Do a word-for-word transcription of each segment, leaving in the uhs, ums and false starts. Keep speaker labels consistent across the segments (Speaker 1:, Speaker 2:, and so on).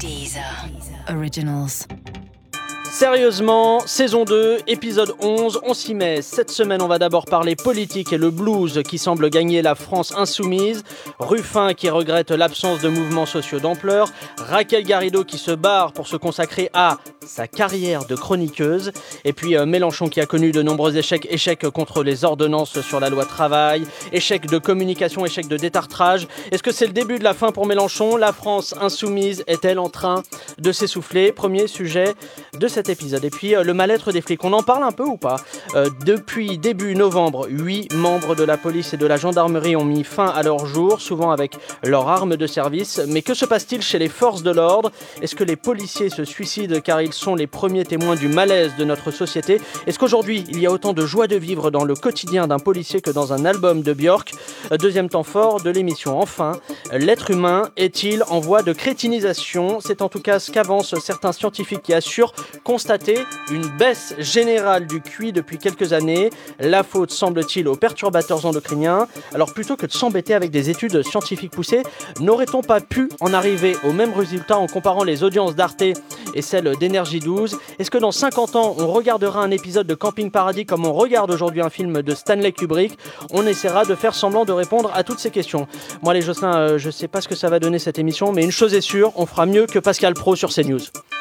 Speaker 1: Deezer Originals.
Speaker 2: Sérieusement, saison deux, épisode onze, on s'y met. Cette semaine, on va d'abord parler politique et le blues qui semble gagner la France insoumise, Ruffin qui regrette l'absence de mouvements sociaux d'ampleur, Raquel Garrido qui se barre pour se consacrer à sa carrière de chroniqueuse, et puis euh, Mélenchon qui a connu de nombreux échecs, échecs contre les ordonnances sur la loi travail, échecs de communication, échecs de détartrage. Est-ce que c'est le début de la fin pour Mélenchon ? La France insoumise est-elle en train de s'essouffler ? Premier sujet de cette épisode. Et puis euh, le mal-être des flics, on en parle un peu ou pas ? euh, Depuis début novembre, huit membres de la police et de la gendarmerie ont mis fin à leur jour, souvent avec leur arme de service. Mais que se passe-t-il chez les forces de l'ordre ? Est-ce que les policiers se suicident car ils sont les premiers témoins du malaise de notre société ? Est-ce qu'aujourd'hui, il y a autant de joie de vivre dans le quotidien d'un policier que dans un album de Björk ? Deuxième temps fort de l'émission. Enfin, l'être humain est-il en voie de crétinisation ? C'est en tout cas ce qu'avancent certains scientifiques qui assurent constater une baisse générale du Q I depuis quelques années. La faute, semble-t-il, aux perturbateurs endocriniens. Alors plutôt que de s'embêter avec des études scientifiques poussées, n'aurait-on pas pu en arriver au même résultat en comparant les audiences d'Arte et celles d'Énergie douze ? Est-ce que dans cinquante ans, on regardera un épisode de Camping Paradis comme on regarde aujourd'hui un film de Stanley Kubrick ? On essaiera de faire semblant de répondre à toutes ces questions. Moi les Jocelyn, euh, je sais pas ce que ça va donner cette émission, mais une chose est sûre, on fera mieux que Pascal Praud sur CNews.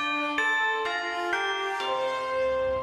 Speaker 3: Sérieusement ?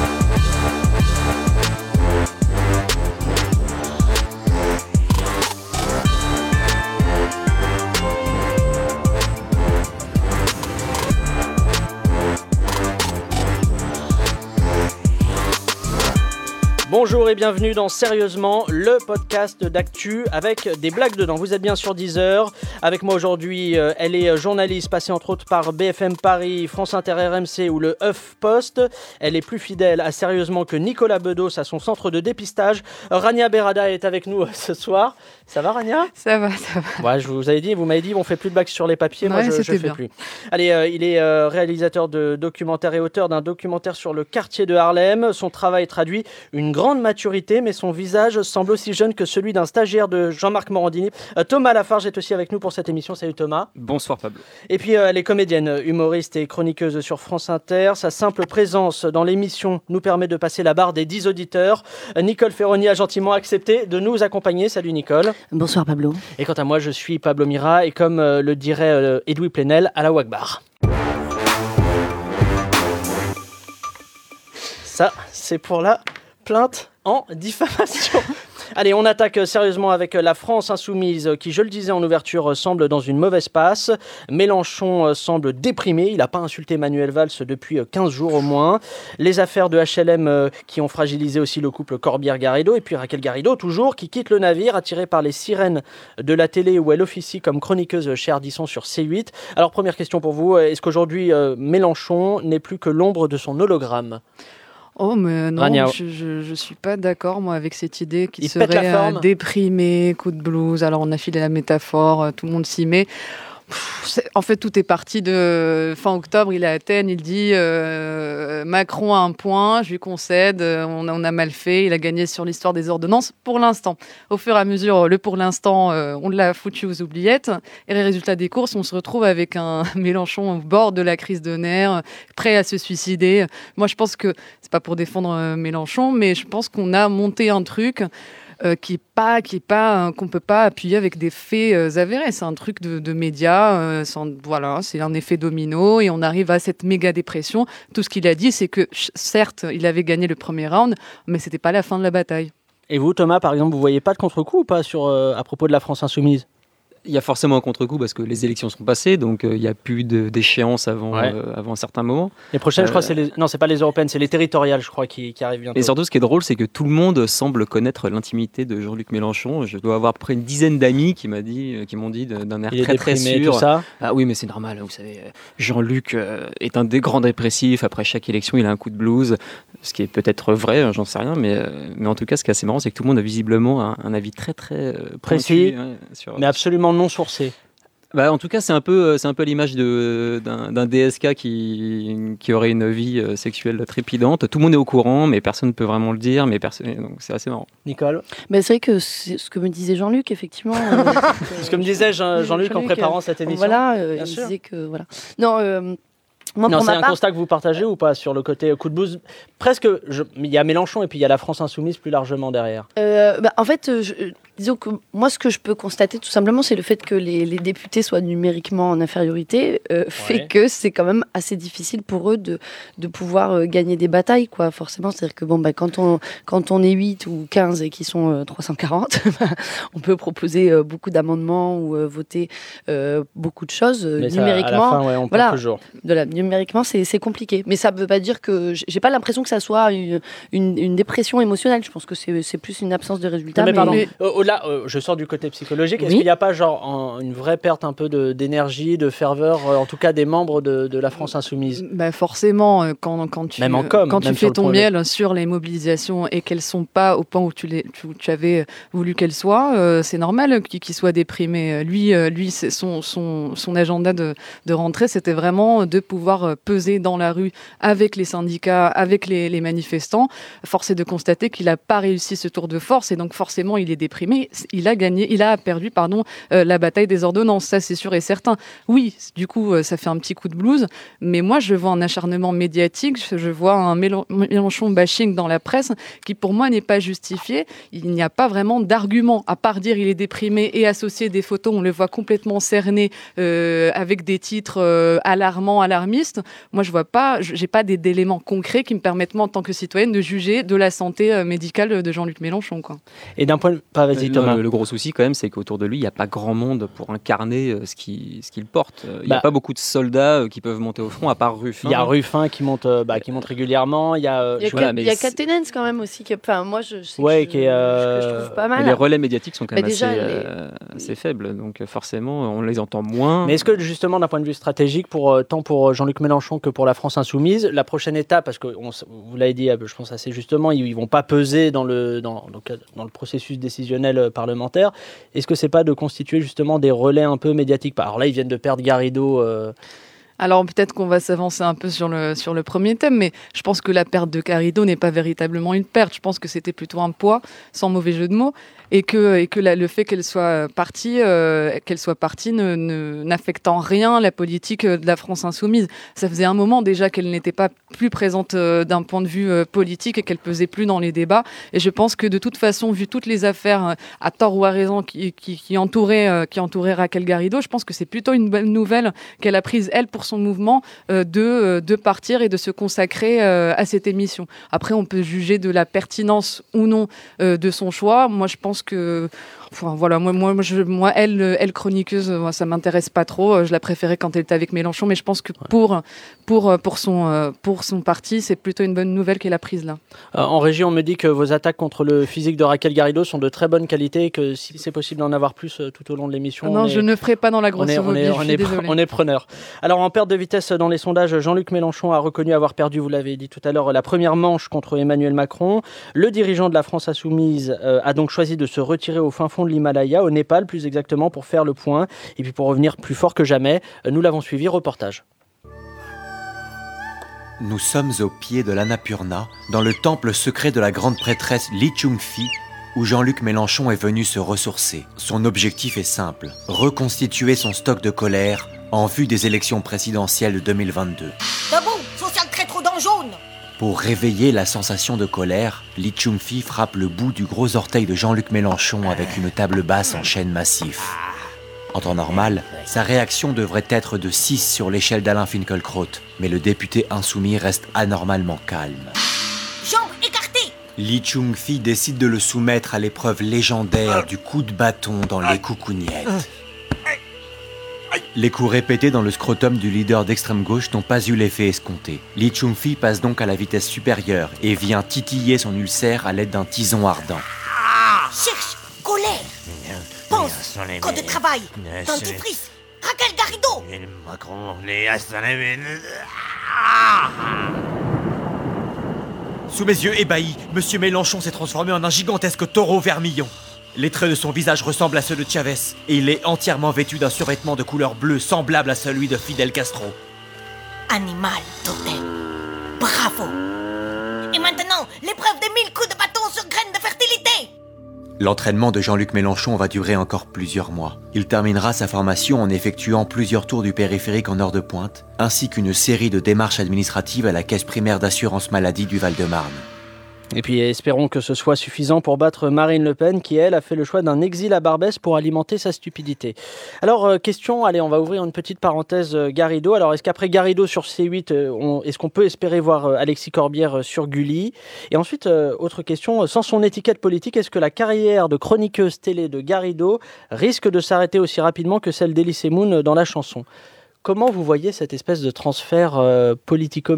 Speaker 2: Bonjour et bienvenue dans Sérieusement, le podcast d'actu avec des blagues dedans. Vous êtes bien sur Deezer. Avec moi aujourd'hui, euh, elle est journaliste, passée entre autres par B F M Paris, France Inter R M C ou le HuffPost. Elle est plus fidèle à Sérieusement que Nicolas Bedos à son centre de dépistage. Rania Berada est avec nous ce soir. Ça va Rania ?
Speaker 4: Ça va, ça va.
Speaker 2: Ouais, je vous avais dit, vous m'avez dit, on fait plus de blagues sur les papiers.
Speaker 4: Ouais,
Speaker 2: moi je, je fais
Speaker 4: bien.
Speaker 2: plus. Allez, euh, il est euh, réalisateur de documentaires et auteur d'un documentaire sur le quartier de Harlem. Son travail traduit une grande grande maturité, mais son visage semble aussi jeune que celui d'un stagiaire de Jean-Marc Morandini. Euh, Thomas Lafarge est aussi avec nous pour cette émission. Salut Thomas.
Speaker 5: Bonsoir Pablo.
Speaker 2: Et puis euh, elle est comédienne, humoriste et chroniqueuse sur France Inter. Sa simple présence dans l'émission nous permet de passer la barre des dix auditeurs. Euh, Nicole Ferroni a gentiment accepté de nous accompagner. Salut Nicole.
Speaker 6: Bonsoir Pablo.
Speaker 2: Et quant à moi, je suis Pablo Mira et comme euh, le dirait euh, Edoui Plenel, à la Wagbar. Ça, c'est pour la plainte en diffamation. Allez, on attaque sérieusement avec la France insoumise qui, je le disais en ouverture, semble dans une mauvaise passe. Mélenchon semble déprimé. Il n'a pas insulté Manuel Valls depuis quinze jours au moins. Les affaires de H L M qui ont fragilisé aussi le couple Corbière-Garrido. Et puis Raquel Garrido, toujours, qui quitte le navire, attirée par les sirènes de la télé où elle officie comme chroniqueuse chez Ardisson sur C huit. Alors, première question pour vous. Est-ce qu'aujourd'hui, Mélenchon n'est plus que l'ombre de son hologramme ?
Speaker 4: Oh mais non,
Speaker 2: Rania.
Speaker 4: je, je, je suis pas d'accord moi avec cette idée qu'il
Speaker 2: Il pète
Speaker 4: serait
Speaker 2: la forme.
Speaker 4: euh, déprimé, coup de blues. Alors on a filé la métaphore, euh, tout le monde s'y met. Pff, c'est- en fait, tout est parti de fin octobre. Il est à Athènes, il dit euh, Macron a un point, je lui concède. euh, On a, on a mal fait, il a gagné sur l'histoire des ordonnances pour l'instant. Au fur et à mesure, le pour l'instant, euh, on l'a foutu aux oubliettes. Et les résultats des courses, on se retrouve avec un Mélenchon au bord de la crise de nerfs, prêt à se suicider. Moi, je pense que c'est pas pour défendre euh, Mélenchon, mais je pense qu'on a monté un truc. euh, qui est pas, qui est pas, euh, qu'on peut pas appuyer avec des faits euh, avérés. C'est un truc de, de médias. euh, sans- voilà, c'est un effet domino et on arrive à cette méga dépression. Tout ce qu'il a dit, c'est que ch- certes, il avait gagné le premier round, mais c'était pas la fin de la bataille.
Speaker 2: Et vous, Thomas, par exemple, vous voyez pas de contre-coup ou pas sur, euh, à propos de la France insoumise ?
Speaker 5: Il y a forcément un contre-coup parce que les élections sont passées, donc euh, il n'y a plus de- d'échéance avant,
Speaker 2: Ouais.
Speaker 5: euh, avant un certain moment.
Speaker 2: Les prochaines, je crois,
Speaker 5: Euh,
Speaker 2: c'est les... non, c'est pas les européennes, c'est les territoriales, je crois, qui, qui arrivent bientôt.
Speaker 5: Et surtout, ce qui est drôle, c'est que tout le monde semble connaître l'intimité de Jean-Luc Mélenchon. Je dois avoir à peu près une dizaine d'amis qui, m'a dit, euh, qui m'ont dit de- d'un air
Speaker 2: Il est
Speaker 5: très très
Speaker 2: déprimé,
Speaker 5: sûr.
Speaker 2: tout ça.
Speaker 5: Ah oui, mais c'est normal, vous savez, euh, Jean-Luc euh, est un des grands dépressifs. Après chaque élection, il a un coup de blues, ce qui est peut-être vrai, hein, j'en sais rien, mais, euh, mais en tout cas, ce qui est assez marrant, c'est que tout le monde a visiblement un, un avis très très euh,
Speaker 2: Précis,
Speaker 5: pointu, hein, sur,
Speaker 2: Mais absolument non sourcé.
Speaker 5: Bah, en tout cas, c'est un peu, c'est un peu l'image de, d'un, d'un D S K qui, qui aurait une vie euh, sexuelle trépidante. Tout le monde est au courant, mais personne ne peut vraiment le dire. Mais personne, donc c'est assez marrant.
Speaker 2: Nicole.
Speaker 6: Bah, c'est vrai que c'est ce que me disait Jean-Luc, effectivement. Euh,
Speaker 2: C'est ce que me disait Jean- Jean-Luc,
Speaker 6: Jean-Luc
Speaker 2: en préparant
Speaker 6: euh,
Speaker 2: cette émission.
Speaker 6: Voilà, euh,
Speaker 2: Bien
Speaker 6: il
Speaker 2: sûr.
Speaker 6: disait que voilà. Non. Euh, Moi,
Speaker 2: Non,
Speaker 6: pour
Speaker 2: c'est
Speaker 6: ma
Speaker 2: un
Speaker 6: part,
Speaker 2: constat que vous partagez ou pas sur le côté coup de blues. Presque, je- il y a Mélenchon et puis il y a la France insoumise plus largement derrière.
Speaker 6: Euh, bah, en fait, euh, je, euh, disons que moi, ce que je peux constater tout simplement, c'est le fait que les, les députés soient numériquement en infériorité, euh, fait
Speaker 2: Ouais.
Speaker 6: que c'est quand même assez difficile pour eux de, de pouvoir euh, gagner des batailles, quoi. Forcément, c'est-à-dire que bon, bah, quand on quand on est huit ou quinze et qu'ils sont euh, trois cent quarante, on peut proposer euh, beaucoup d'amendements ou euh, voter euh, beaucoup de choses euh,
Speaker 2: Mais ça, à
Speaker 6: numériquement.
Speaker 2: la fin, ouais, on
Speaker 6: voilà.
Speaker 2: perd toujours.
Speaker 6: De la, numériquement, c'est c'est compliqué. Mais ça ne veut pas dire que j'ai pas l'impression que ça soit une, une, une dépression émotionnelle. Je pense que c'est c'est plus une absence de résultats.
Speaker 2: Non, mais pardon,
Speaker 4: mais-
Speaker 2: euh, au-delà, euh, je sors du côté psychologique. Est-ce
Speaker 6: Oui.
Speaker 2: qu'il n'y a pas genre en- une vraie perte un peu de- d'énergie, de ferveur, euh, en tout cas des membres de, de la France insoumise?
Speaker 4: Bah forcément, euh, quand, quand tu,
Speaker 2: Même en com,
Speaker 4: quand tu
Speaker 2: même sur
Speaker 4: fais
Speaker 2: le
Speaker 4: ton
Speaker 2: projet.
Speaker 4: miel sur les mobilisations et qu'elles sont pas au point où tu, les, tu, tu avais voulu qu'elles soient, euh, c'est normal qu'il qu'il soit déprimé. Lui, euh, lui c'est son, son, son agenda de, de rentrée, c'était vraiment de pouvoir euh, peser dans la rue avec les syndicats, avec les, les manifestants. Force est de constater qu'il n'a pas réussi ce tour de force et donc forcément il est déprimé. Il a gagné, il a perdu pardon, euh, la bataille des ordonnances, ça c'est sûr et certain. Oui, du coup euh, ça fait un petit coup de blues, mais moi je vois un acharnement médiatique, je, je vois un Mélen- Mélenchon bashing dans la presse qui pour moi n'est pas justifié. Il n'y a pas vraiment d'argument, à part dire il est déprimé et associer des photos, on le voit complètement cerné euh, avec des titres euh, alarmants, alarmistes. Moi je vois pas, j'ai pas des- d'éléments concrets qui me permettent moi en tant que citoyenne de juger de la santé euh, médicale de Jean-Luc Mélenchon, quoi.
Speaker 2: Et d'un point de... Pas, vas-y
Speaker 5: Le,
Speaker 2: Thomas.
Speaker 5: le gros souci quand même, c'est qu'autour de lui, il n'y a pas grand monde pour incarner euh, ce qu'il ce qu'il porte. Euh, Il n'y
Speaker 2: Bah.
Speaker 5: a pas beaucoup de soldats euh, qui peuvent monter au front, à part Ruffin.
Speaker 2: Il y a Ruffin qui monte, euh, bah, qui monte régulièrement. Il y a, euh,
Speaker 6: Il y a,
Speaker 2: je-
Speaker 5: voilà,
Speaker 6: Kat-
Speaker 5: mais
Speaker 6: il y a
Speaker 5: c'est-
Speaker 6: Catenens quand même aussi. Qui, enfin, moi, je sais
Speaker 2: Ouais,
Speaker 6: que,
Speaker 2: qui est,
Speaker 6: je,
Speaker 2: euh,
Speaker 6: que je trouve pas
Speaker 5: Mais
Speaker 6: mal.
Speaker 5: les relais médiatiques sont quand
Speaker 6: Mais
Speaker 5: même
Speaker 6: déjà,
Speaker 5: assez,
Speaker 6: les-
Speaker 5: euh, assez faibles, donc euh, forcément, on les entend moins.
Speaker 2: Mais est-ce que justement, d'un point de vue stratégique, pour, euh, tant pour Jean-Luc Mélenchon que pour la France insoumise, la prochaine étape, parce que on s- vous l'avez dit, euh, je pense assez justement, ils, ils vont pas peser dans le, dans, dans le- dans le processus décisionnel euh, parlementaire. Est-ce que c'est pas de constituer justement des relais un peu médiatiques? Alors là, ils viennent de perdre Garrido. euh,
Speaker 4: Alors peut-être qu'on va s'avancer un peu sur le, sur le premier thème, mais je pense que la perte de Garrido n'est pas véritablement une perte. Je pense que c'était plutôt un poids, sans mauvais jeu de mots, et que, et que la- le fait qu'elle soit partie, euh, qu'elle soit partie ne, ne- n'affecte en rien la politique de la France insoumise. Ça faisait un moment déjà qu'elle n'était pas plus présente euh, d'un point de vue euh, politique et qu'elle pesait plus dans les débats. Et je pense que de toute façon, vu toutes les affaires, euh, à tort ou à raison, qui, qui, qui, entouraient, euh, qui entouraient Raquel Garrido, je pense que c'est plutôt une bonne nouvelle qu'elle a prise, elle, pour son mouvement, euh, de, euh, de partir et de se consacrer euh, à cette émission. Après, on peut juger de la pertinence ou non euh, de son choix. Moi, je pense que... Enfin, voilà, moi, moi, moi, je, moi elle, euh, elle, chroniqueuse, euh, moi, ça m'intéresse pas trop. Euh, Je la préférais quand elle était avec Mélenchon, mais je pense que pour, pour, euh, pour, son, euh, pour son parti, c'est plutôt une bonne nouvelle qu'elle a prise là.
Speaker 2: Euh, en régie, on me dit que vos attaques contre le physique de Raquel Garrido sont de très bonne qualité et que si c'est possible d'en avoir plus euh, tout au long de l'émission.
Speaker 4: non,
Speaker 2: on
Speaker 4: je
Speaker 2: est-
Speaker 4: ne ferai pas dans la
Speaker 2: On est, on,
Speaker 4: grossophobie,
Speaker 2: est,
Speaker 4: je
Speaker 2: on,
Speaker 4: suis
Speaker 2: est,
Speaker 4: désolée.
Speaker 2: on est preneur. Alors en perte de vitesse dans les sondages, Jean-Luc Mélenchon a reconnu avoir perdu, vous l'avez dit tout à l'heure, la première manche contre Emmanuel Macron. Le dirigeant de la France insoumise euh, a donc choisi de se retirer au fin fond de l'Himalaya, au Népal plus exactement, pour faire le point et puis pour revenir plus fort que jamais. Euh, Nous l'avons suivi, reportage.
Speaker 7: Nous sommes au pied de l'Annapurna, dans le temple secret de la grande prêtresse Lee Chung-fi, où Jean-Luc Mélenchon est venu se ressourcer. Son objectif est simple, reconstituer son stock de colère en vue des élections présidentielles de deux mille vingt-deux.
Speaker 8: Debout, social traître aux dents jaunes.
Speaker 7: Pour réveiller la sensation de colère, Lee Chung-fi frappe le bout du gros orteil de Jean-Luc Mélenchon avec une table basse en chêne massif. En temps normal, sa réaction devrait être de six sur l'échelle d'Alain Finkielkraut, mais le député insoumis reste anormalement calme.
Speaker 8: Jambes écartées.
Speaker 7: Lee Chung-fi décide de le soumettre à l'épreuve légendaire du coup de bâton dans les coucougnettes. Les coups répétés dans le scrotum du leader d'extrême gauche n'ont pas eu l'effet escompté. Lee Chung-fi passe donc à la vitesse supérieure et vient titiller son ulcère à l'aide d'un tison ardent.
Speaker 8: Cherche, colère. Pense, code de travail, dentifrice. Raquel Garrido.
Speaker 7: Sous mes yeux ébahis, Monsieur Mélenchon s'est transformé en un gigantesque taureau vermillon. Les traits de son visage ressemblent à ceux de Chavez, et il est entièrement vêtu d'un survêtement de couleur bleue semblable à celui de Fidel Castro.
Speaker 8: Animal totem. Bravo. Et maintenant, l'épreuve des mille coups de bâton sur graines de fertilité.
Speaker 7: L'entraînement de Jean-Luc Mélenchon va durer encore plusieurs mois. Il terminera sa formation en effectuant plusieurs tours du périphérique en heure de pointe, ainsi qu'une série de démarches administratives à la caisse primaire d'assurance maladie du Val-de-Marne.
Speaker 2: Et puis espérons que ce soit suffisant pour battre Marine Le Pen qui, elle, a fait le choix d'un exil à Barbès pour alimenter sa stupidité. Alors, euh, question, allez, on va ouvrir une petite parenthèse euh, Garrido. Alors, est-ce qu'après Garrido sur C huit, euh, on, est-ce qu'on peut espérer voir euh, Alexis Corbière euh, sur Gulli ? Et ensuite, euh, autre question, sans son étiquette politique, est-ce que la carrière de chroniqueuse télé de Garrido risque de s'arrêter aussi rapidement que celle d'Elysée Moon dans la chanson ? Comment vous voyez cette espèce de transfert euh, politico-médiatique ?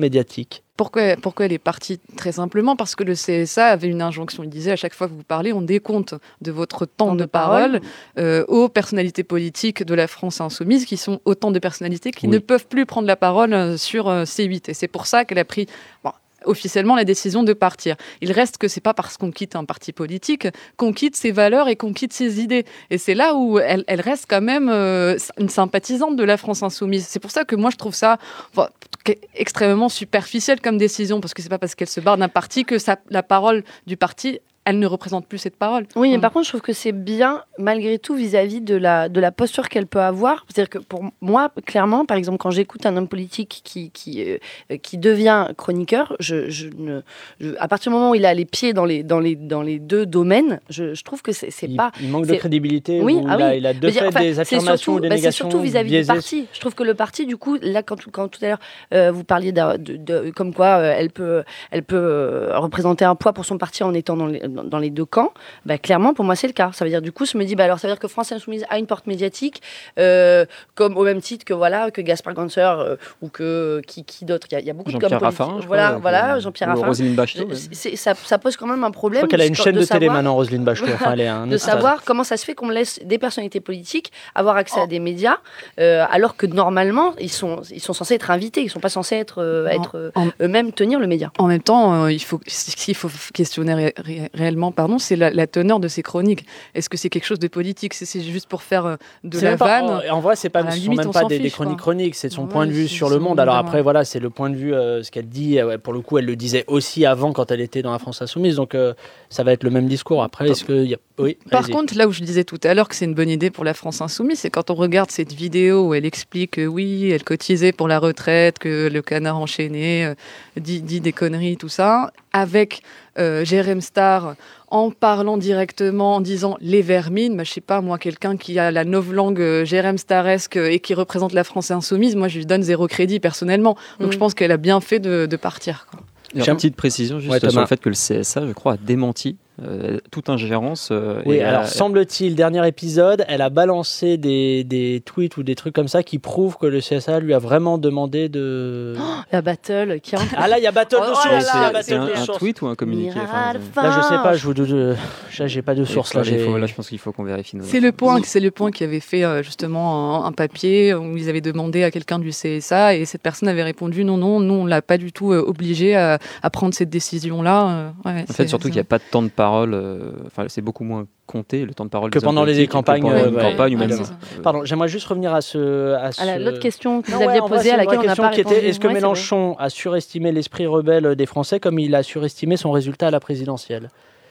Speaker 4: Pourquoi, pourquoi elle est partie ? Très simplement parce que le C S A avait une injonction. Il disait à chaque fois que vous parlez, on décompte de votre temps, temps de, de parole, parole euh, aux personnalités politiques de la France insoumise, qui sont autant de personnalités qui oui. ne peuvent plus prendre la parole sur euh, C huit. Et c'est pour ça qu'elle a pris... Bon, officiellement la décision de partir. Il reste que c'est pas parce qu'on quitte un parti politique qu'on quitte ses valeurs et qu'on quitte ses idées. Et c'est là où elle, elle reste quand même euh, une sympathisante de la France insoumise. C'est pour ça que moi je trouve ça enfin, extrêmement superficiel comme décision, parce que c'est pas parce qu'elle se barre d'un parti que ça, la parole du parti elle ne représente plus cette parole.
Speaker 6: Oui, mais par contre, je trouve que c'est bien, malgré tout, vis-à-vis de la, de la posture qu'elle peut avoir. C'est-à-dire que pour moi, clairement, par exemple, quand j'écoute un homme politique qui, qui, euh, qui devient chroniqueur, je, je ne, je, à partir du moment où il a les pieds dans les, dans les, dans les deux domaines, je, je trouve que c'est, c'est
Speaker 2: il,
Speaker 6: pas...
Speaker 2: Il manque
Speaker 6: c'est...
Speaker 2: de crédibilité,
Speaker 6: oui,
Speaker 2: ou
Speaker 6: ah
Speaker 2: là,
Speaker 6: oui.
Speaker 2: il a de fait
Speaker 6: enfin,
Speaker 2: des affirmations
Speaker 6: surtout,
Speaker 2: ou des
Speaker 6: bah,
Speaker 2: négations
Speaker 6: c'est surtout vis-à-vis
Speaker 2: biaisées.
Speaker 6: du parti. Je trouve que le parti, du coup, là, quand, quand tout à l'heure, euh, vous parliez de, de, de, comme quoi euh, elle peut, elle peut euh, représenter un poids pour son parti en étant dans les, dans, dans les deux camps, bah, clairement, pour moi, c'est le cas. Ça veut dire, du coup, je me dis, bah, alors, ça veut dire que France Insoumise a une porte médiatique, euh, comme au même titre que, voilà, que Gaspard Ganser euh, ou que qui, qui d'autres. Il y, y a beaucoup
Speaker 5: Jean-Pierre
Speaker 6: de politiques.
Speaker 5: Raffarin,
Speaker 6: voilà,
Speaker 5: crois,
Speaker 6: voilà,
Speaker 5: euh,
Speaker 6: Jean-Pierre Raffarin.
Speaker 5: Roselyne Bachelot.
Speaker 6: C'est, ça, ça pose quand même un problème.
Speaker 2: Je crois qu'elle a une chaîne de, de
Speaker 6: savoir,
Speaker 2: télé maintenant, Roselyne Bachelot. Enfin, elle est un
Speaker 6: de savoir comment ça se fait qu'on laisse des personnalités politiques avoir accès oh. à des médias, euh, alors que normalement, ils sont, ils sont censés être invités. Ils ne sont pas censés être, euh, être euh, en, eux-mêmes tenir le média.
Speaker 4: En même temps, euh, il faut, ce qu'il faut questionner ré- ré- réellement, pardon, c'est la, la teneur de ces chroniques. Est-ce que c'est quelque chose de politique ? C'est, c'est juste pour faire euh, de
Speaker 2: c'est
Speaker 4: la vanne
Speaker 2: pas, en, en vrai, c'est pas, ce
Speaker 4: limite,
Speaker 2: sont même pas des,
Speaker 4: fiche,
Speaker 2: des chroniques
Speaker 4: quoi.
Speaker 2: chroniques, c'est son
Speaker 4: ouais,
Speaker 2: point de vue sur le monde. Alors après, voilà, c'est le point de vue, euh, ce qu'elle dit. Euh, pour le coup, elle le disait aussi avant quand elle était dans la France Insoumise. Donc, euh, ça va être le même discours. Après, est-ce que... Y a... Oui,
Speaker 4: Par
Speaker 2: allez-y.
Speaker 4: contre, là où je disais tout à l'heure que c'est une bonne idée pour la France Insoumise, c'est quand on regarde cette vidéo où elle explique que oui, elle cotisait pour la retraite, que le canard enchaîné euh, dit, dit des conneries, tout ça, avec euh, Jérém Star en parlant directement, en disant les vermines. Bah, je sais pas, moi, quelqu'un qui a la novlangue euh, Jérém Staresque et qui représente la France Insoumise, moi, je lui donne zéro crédit personnellement. Donc, mmh. je pense qu'elle a bien fait de, de partir, quoi.
Speaker 5: J'ai une petite précision juste
Speaker 2: ouais,
Speaker 5: sur le fait que le C S A, je crois, a démenti euh, toute ingérence. Euh,
Speaker 2: oui,
Speaker 5: et
Speaker 2: alors
Speaker 5: a...
Speaker 2: semble-t-il, dernier épisode, elle a balancé des, des tweets ou des trucs comme ça qui prouvent que le C S A lui a vraiment demandé de...
Speaker 6: Oh, la battle qui rentre.
Speaker 2: Ah là, il y a battle
Speaker 6: oh,
Speaker 2: de sources.
Speaker 6: Oh là là,
Speaker 2: c'est,
Speaker 5: c'est un, un
Speaker 2: sources.
Speaker 5: tweet ou un communiqué enfin,
Speaker 2: Là, je sais pas, je vous, de, de, j'ai pas de source. Là,
Speaker 5: j'ai... Faut, là, je pense qu'il faut qu'on vérifie.
Speaker 4: C'est le point, c'est le point qui avait fait euh, justement un, un papier où ils avaient demandé à quelqu'un du C S A et cette personne avait répondu non, non, nous on l'a pas du tout euh, obligé à, à prendre cette décision-là. Euh, ouais,
Speaker 5: en fait, surtout qu'il n'y a pas de temps de parole. Euh, enfin, c'est beaucoup moins compté le temps de parole
Speaker 2: que pendant les campagnes.
Speaker 5: Pendant
Speaker 2: euh,
Speaker 5: une
Speaker 2: ouais,
Speaker 5: campagne
Speaker 2: ouais,
Speaker 5: ou même.
Speaker 2: euh, Pardon, j'aimerais juste revenir à ce. À ce...
Speaker 6: À l'autre question que vous
Speaker 2: non,
Speaker 6: aviez
Speaker 2: ouais,
Speaker 6: posée, à laquelle on n'a pas
Speaker 2: qui
Speaker 6: répondu.
Speaker 2: était, est-ce que
Speaker 6: ouais,
Speaker 2: Mélenchon a surestimé l'esprit rebelle des Français comme il a surestimé son résultat à la présidentielle ?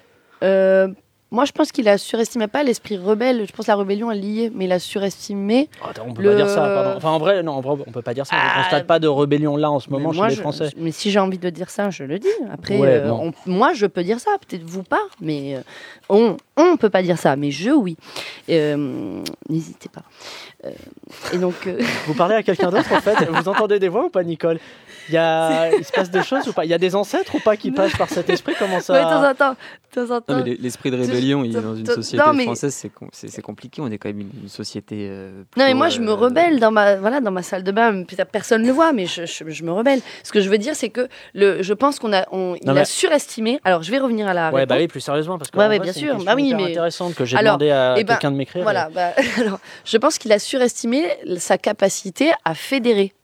Speaker 6: euh, Moi, je pense qu'il a surestimé pas l'esprit rebelle. Je pense que la rébellion est liée, mais il a surestimé.
Speaker 2: Oh, attends, on peut
Speaker 6: le...
Speaker 2: pas dire ça. Pardon. Enfin, en vrai, non, en vrai, on peut pas dire ça. Ah, je constate pas de rébellion là en ce moment
Speaker 6: chez
Speaker 2: moi,
Speaker 6: les
Speaker 2: je, Français.
Speaker 6: Je, mais si j'ai envie de dire ça, je le dis. Après,
Speaker 2: ouais,
Speaker 6: euh,
Speaker 2: bon.
Speaker 6: on, moi, je peux dire ça. Peut-être vous pas, mais euh, on, on peut pas dire ça. Mais je, oui. Euh, n'hésitez pas. Euh, et donc. Euh...
Speaker 2: Vous parlez à quelqu'un d'autre en fait. Vous entendez des voix ou pas, Nicole ? Il, y a... il se passe des choses ou pas ? Il y a des ancêtres ou pas qui passent par cet esprit ? Comment ça ?
Speaker 6: Ouais, de temps en temps. De temps en temps.
Speaker 5: Non, mais l'esprit de rébellion, il est dans une société
Speaker 6: non, mais...
Speaker 5: française, c'est, com- c'est, c'est compliqué. On est quand même une, une société. Euh, plutôt,
Speaker 6: non, mais moi, je me
Speaker 5: euh...
Speaker 6: rebelle dans ma, voilà, dans ma salle de bain. Peut-être personne ne le voit, mais je, je, je me rebelle. Ce que je veux dire, c'est que le, je pense qu'on a, on, il
Speaker 2: mais...
Speaker 6: a surestimé. Alors, je vais revenir à la.
Speaker 2: Ouais,
Speaker 6: réponse.
Speaker 2: bah oui, plus sérieusement, parce que
Speaker 6: ouais,
Speaker 2: en
Speaker 6: ouais,
Speaker 2: vrai,
Speaker 6: bien
Speaker 2: c'est
Speaker 6: sûr.
Speaker 2: une
Speaker 6: bah oui, mais
Speaker 2: intéressante que j'ai
Speaker 6: alors,
Speaker 2: demandé à
Speaker 6: eh ben,
Speaker 2: quelqu'un de m'écrire.
Speaker 6: Voilà.
Speaker 2: Et...
Speaker 6: Bah, alors, je pense qu'il a surestimé sa capacité à fédérer.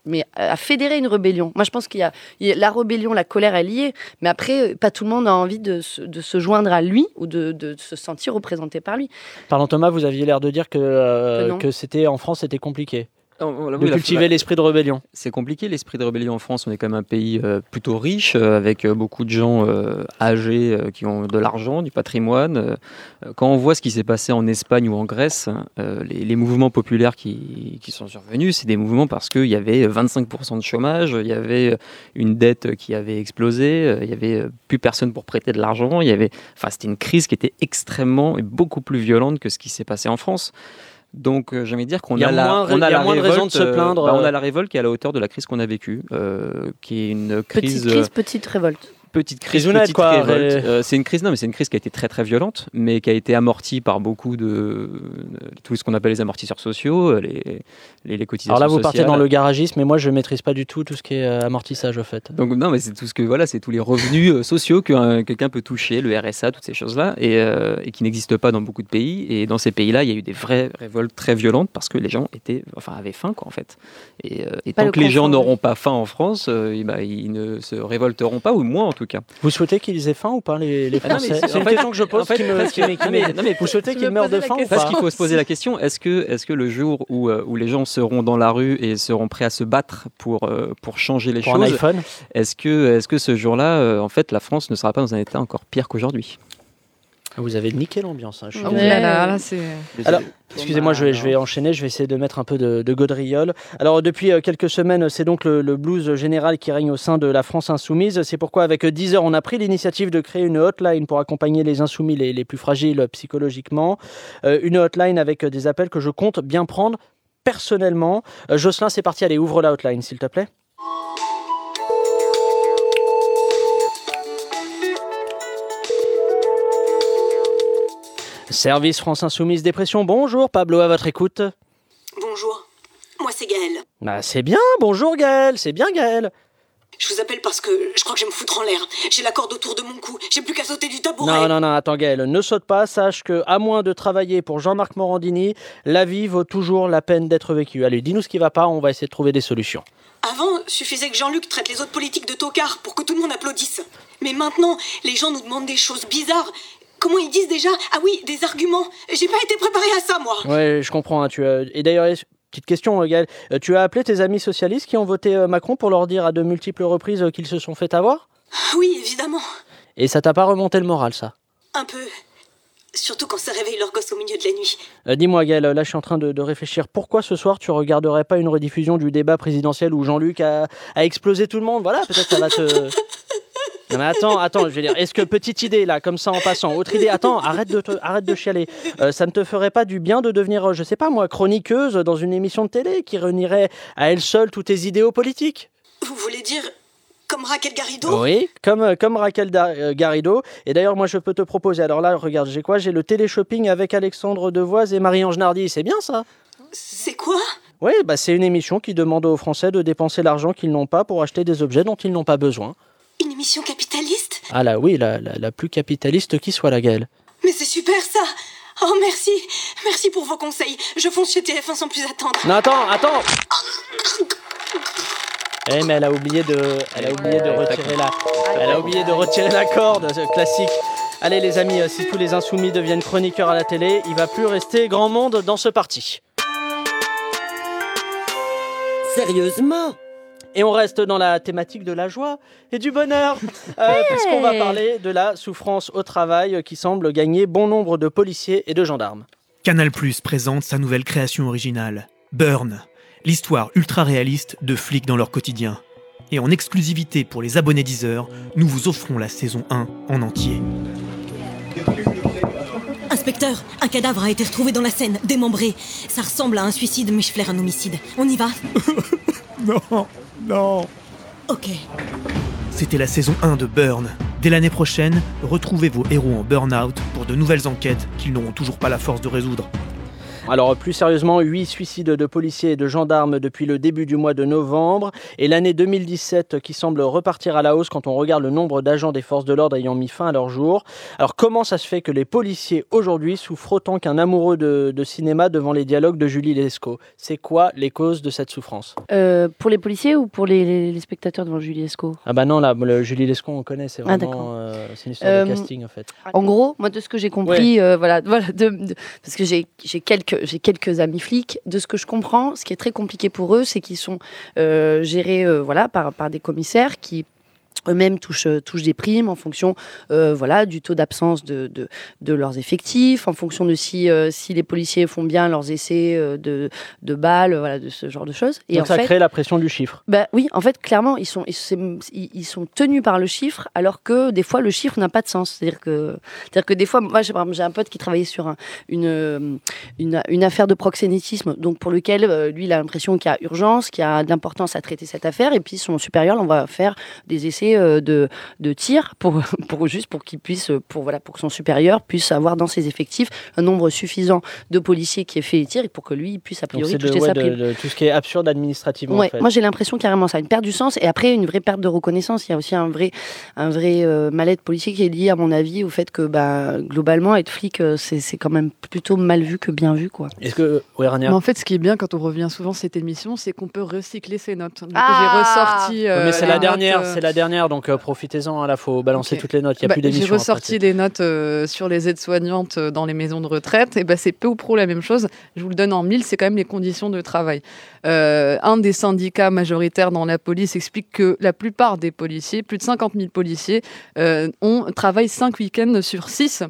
Speaker 6: mais à fédérer une rébellion. Moi, je pense qu'il y a, il y a la rébellion, la colère, elle y est, mais après, pas tout le monde a envie de se, de se joindre à lui ou de, de se sentir représenté par lui.
Speaker 2: Pardon Thomas, vous aviez l'air de dire que, euh,
Speaker 6: Que non.
Speaker 2: que c'était, en France, c'était compliqué.
Speaker 5: Oh, là,
Speaker 2: De
Speaker 5: oui, la-
Speaker 2: cultiver
Speaker 5: la-
Speaker 2: l'esprit de rébellion.
Speaker 5: C'est compliqué l'esprit de rébellion en France. On est quand même un pays euh, plutôt riche, euh, avec euh, beaucoup de gens euh, âgés euh, qui ont de l'argent, du patrimoine. Euh, quand on voit ce qui s'est passé en Espagne ou en Grèce, euh, les, les mouvements populaires qui, qui sont survenus, c'est des mouvements parce qu'il y avait vingt-cinq pour cent de chômage, il y avait une dette qui avait explosé, euh, il y avait plus personne pour prêter de l'argent. Il y avait, enfin, c'était une crise qui était extrêmement et beaucoup plus violente que ce qui s'est passé en France. Donc, euh, j'ai envie de dire qu'on
Speaker 2: Il y a
Speaker 5: a, la,
Speaker 2: moins-
Speaker 5: on
Speaker 2: il y
Speaker 5: a
Speaker 2: a
Speaker 5: la
Speaker 2: moins de
Speaker 5: révolte,
Speaker 2: raisons de se
Speaker 5: euh,
Speaker 2: plaindre,
Speaker 5: bah, on
Speaker 2: euh.
Speaker 5: a la révolte qui est à la hauteur de la crise qu'on a vécue, euh, qui est une crise,
Speaker 6: Petite crise, petite révolte.
Speaker 5: petite crise,
Speaker 2: Crisounette,
Speaker 5: petite
Speaker 2: quoi,
Speaker 5: révolte.
Speaker 2: ré-
Speaker 5: Euh, c'est une crise, non, mais c'est une crise qui a été très très violente, mais qui a été amortie par beaucoup de, de tout ce qu'on appelle les amortisseurs sociaux, les, les, les cotisations
Speaker 2: Alors là, vous
Speaker 5: sociales.
Speaker 2: partez dans le garagisme, mais moi, je maîtrise pas du tout tout ce qui est euh, amortissage, au fait.
Speaker 5: Donc non, mais c'est tout ce que voilà, c'est tous les revenus euh, sociaux que euh, quelqu'un peut toucher, le R S A, toutes ces choses-là, et, euh, et qui n'existent pas dans beaucoup de pays. Et dans ces pays-là, il y a eu des vraies révoltes très violentes parce que les gens étaient, enfin, avaient faim, quoi, en fait. Et, euh, et
Speaker 6: Pas
Speaker 5: tant
Speaker 6: le
Speaker 5: que les gens
Speaker 6: confort,
Speaker 5: n'auront pas faim en France, euh, eh ben, ils ne se révolteront pas, ou moins en tout cas.
Speaker 2: Vous souhaitez qu'ils aient faim ou pas, les, les
Speaker 5: Ah non, mais
Speaker 2: Français
Speaker 5: c'est-
Speaker 2: C'est
Speaker 5: en
Speaker 2: une
Speaker 5: fait-
Speaker 2: question que je pose
Speaker 5: en fait,
Speaker 2: qui me...
Speaker 5: parce
Speaker 2: qui
Speaker 5: que-
Speaker 2: m'est- qui
Speaker 5: non, mais-
Speaker 2: m'est-
Speaker 5: non, mais
Speaker 2: Vous souhaitez
Speaker 6: je
Speaker 2: qu'ils
Speaker 6: me
Speaker 2: meurent de
Speaker 6: posais la
Speaker 2: faim ou
Speaker 6: question.
Speaker 5: Parce
Speaker 2: pas
Speaker 5: qu'il faut se poser la question, est-ce que, est-ce que le jour où, euh, où les gens seront dans la rue et seront prêts à se battre pour, euh, pour changer les
Speaker 2: Pour un
Speaker 5: choses,
Speaker 2: iPhone
Speaker 5: est-ce que, est-ce que ce jour-là, euh, en fait, la France ne sera pas dans un état encore pire qu'aujourd'hui?
Speaker 2: Vous avez niqué l'ambiance. hein, je suis
Speaker 4: Oh
Speaker 2: désolé.
Speaker 4: là là, là, c'est...
Speaker 2: Alors, excusez-moi, je vais, je vais enchaîner, je vais essayer de mettre un peu de, de gaudriole. Alors, depuis euh, quelques semaines, c'est donc le, le blues général qui règne au sein de la France insoumise. C'est pourquoi, avec dix heures, on a pris l'initiative de créer une hotline pour accompagner les insoumis les, les plus fragiles psychologiquement. Euh, une hotline avec des appels que je compte bien prendre personnellement. Euh, Jocelyn, c'est parti, allez, ouvre la hotline, s'il te plaît. Service France Insoumise Dépression, bonjour, Pablo à votre écoute.
Speaker 9: Bonjour, moi c'est Gaëlle.
Speaker 2: Bah, c'est bien, bonjour Gaël, c'est bien Gaël.
Speaker 9: Je vous appelle parce que je crois que je vais me foutre en l'air. J'ai la corde autour de mon cou, j'ai plus qu'à sauter du tabouret.
Speaker 2: Non, non, non, attends Gaël, ne saute pas, sache que à moins de travailler pour Jean-Marc Morandini, la vie vaut toujours la peine d'être vécue. Allez, dis-nous ce qui va pas, on va essayer de trouver des solutions.
Speaker 9: Avant, suffisait que Jean-Luc traite les autres politiques de tocards pour que tout le monde applaudisse. Mais maintenant, les gens nous demandent des choses bizarres. Comment ils disent déjà? Ah oui, des arguments. J'ai pas été préparée à ça, moi.
Speaker 2: Ouais, je comprends, hein, tu as... Et d'ailleurs, petite question Gaël, euh, tu as appelé tes amis socialistes qui ont voté euh, Macron pour leur dire à de multiples reprises euh, qu'ils se sont fait avoir?
Speaker 9: Oui, évidemment.
Speaker 2: Et ça t'a pas remonté le moral, ça?
Speaker 9: Un peu. Surtout quand ça réveille leur gosse au milieu de la nuit.
Speaker 2: Euh, dis-moi Gaël, là je suis en train de, de réfléchir, pourquoi ce soir tu regarderais pas une rediffusion du débat présidentiel où Jean-Luc a, a explosé tout le monde? Voilà, peut-être ça va te... Non mais attends, attends, je vais dire, est-ce que petite idée là, comme ça en passant, autre idée, attends, arrête de, te, arrête de chialer, euh, ça ne te ferait pas du bien de devenir, je sais pas moi, chroniqueuse dans une émission de télé qui réunirait à elle seule tous tes idéaux politiques?
Speaker 9: Vous voulez dire comme Raquel Garrido?
Speaker 2: Oui, comme, comme Raquel Da- euh, Garrido, et d'ailleurs moi je peux te proposer, alors là regarde, j'ai quoi? J'ai le télé-shopping avec Alexandre Devoise et Marie-Ange Nardi, c'est bien ça?
Speaker 9: C'est quoi?
Speaker 2: Oui, bah c'est une émission qui demande aux Français de dépenser l'argent qu'ils n'ont pas pour acheter des objets dont ils n'ont pas besoin.
Speaker 9: Une émission capitaliste?
Speaker 2: Ah là oui, la, la, la plus capitaliste qui soit, la Gaëlle.
Speaker 9: Mais c'est super ça! Oh merci! Merci pour vos conseils. Je fonce chez T F un sans plus attendre.
Speaker 2: Non, attends, attends. Eh mais elle a oublié de, elle a oublié de retirer la, elle a oublié de retirer la corde, c'est classique. Allez les amis, si tous les insoumis deviennent chroniqueurs à la télé, il va plus rester grand monde dans ce parti.
Speaker 3: Sérieusement?
Speaker 2: Et on reste dans la thématique de la joie et du bonheur, euh, hey puisqu'on va parler de la souffrance au travail qui semble gagner bon nombre de policiers et de gendarmes.
Speaker 10: Canal plus présente sa nouvelle création originale, Burn, l'histoire ultra-réaliste de flics dans leur quotidien. Et en exclusivité pour les abonnés Deezer, nous vous offrons la saison un en entier.
Speaker 8: Inspecteur, un cadavre a été retrouvé dans la Seine, démembré. Ça ressemble à un suicide, mais je flaire un homicide. On y va?
Speaker 10: Non, non.
Speaker 8: Ok.
Speaker 10: C'était la saison un de Burn. Dès l'année prochaine, retrouvez vos héros en burn-out pour de nouvelles enquêtes qu'ils n'auront toujours pas la force de résoudre.
Speaker 2: Alors plus sérieusement, huit suicides de policiers et de gendarmes depuis le début du mois de novembre et l'année deux mille dix-sept qui semble repartir à la hausse quand on regarde le nombre d'agents des forces de l'ordre ayant mis fin à leur jour. Alors comment ça se fait que les policiers aujourd'hui souffrent autant qu'un amoureux de, de cinéma devant les dialogues de Julie Lescaut? C'est quoi les causes de cette souffrance?
Speaker 6: euh, Pour les policiers ou pour les, les, les spectateurs devant Julie Lescaut?
Speaker 2: Ah bah non, là, le Julie Lescaut on connaît, c'est vraiment
Speaker 6: ah,
Speaker 2: euh, c'est une histoire
Speaker 6: euh,
Speaker 2: de casting en fait.
Speaker 6: En gros, moi de ce que j'ai compris,
Speaker 2: ouais.
Speaker 6: euh, voilà, voilà de, de, parce que j'ai, j'ai, quelques, j'ai quelques amis flics, de ce que je comprends, ce qui est très compliqué pour eux, c'est qu'ils sont euh, gérés euh, voilà, par, par des commissaires qui eux-mêmes touchent, touchent des primes en fonction euh, voilà, du taux d'absence de, de, de leurs effectifs, en fonction de si, euh, si les policiers font bien leurs essais euh, de, de balles, voilà, de ce genre de choses.
Speaker 2: Et donc
Speaker 6: en
Speaker 2: ça
Speaker 6: fait,
Speaker 2: crée la pression du chiffre.
Speaker 6: Bah oui, en fait, clairement, ils sont, ils, ils sont tenus par le chiffre, alors que des fois, le chiffre n'a pas de sens. C'est-à-dire que, c'est-à-dire que des fois, moi, j'ai, j'ai un pote qui travaillait sur un, une, une, une affaire de proxénétisme, donc pour lequel, euh, lui, il a l'impression qu'il y a urgence, qu'il y a d'importance à traiter cette affaire, et puis son supérieur, on va faire des essais de, de tir pour, pour juste pour qu'il puisse, pour, voilà, pour que son supérieur puisse avoir dans ses effectifs un nombre suffisant de policiers qui aient fait les tirs et pour que lui puisse a priori
Speaker 2: donc c'est
Speaker 6: toucher
Speaker 2: de,
Speaker 6: sa
Speaker 2: ouais,
Speaker 6: prime.
Speaker 2: De, de, tout ce qui est absurde administrativement.
Speaker 6: Ouais,
Speaker 2: en fait.
Speaker 6: Moi j'ai l'impression carrément ça, une perte du sens et après une vraie perte de reconnaissance. Il y a aussi un vrai, un vrai euh, mal-être policier qui est lié à mon avis au fait que bah, globalement être flic euh, c'est, c'est quand même plutôt mal vu que bien vu, quoi.
Speaker 2: Est-ce que ouais,
Speaker 4: Mais en fait, ce qui est bien quand on revient souvent à cette émission, c'est qu'on peut recycler ses notes. Donc
Speaker 6: Ah
Speaker 4: j'ai ressorti. Euh,
Speaker 2: mais c'est
Speaker 4: les
Speaker 2: la dernière,
Speaker 4: notes, euh...
Speaker 2: c'est la dernière, donc euh, profitez-en. Là, faut balancer
Speaker 4: Okay.
Speaker 2: toutes les notes. Il y a
Speaker 4: bah,
Speaker 2: plus d'émissions.
Speaker 4: J'ai ressorti
Speaker 2: après,
Speaker 4: des notes euh, sur les aides-soignantes euh, dans les maisons de retraite. Et ben c'est peu ou prou la même chose. Je vous le donne en mille. C'est quand même les conditions de travail. Euh, un des syndicats majoritaires dans la police explique que la plupart des policiers, plus de cinquante mille policiers, euh, ont travaillent cinq week-ends sur six.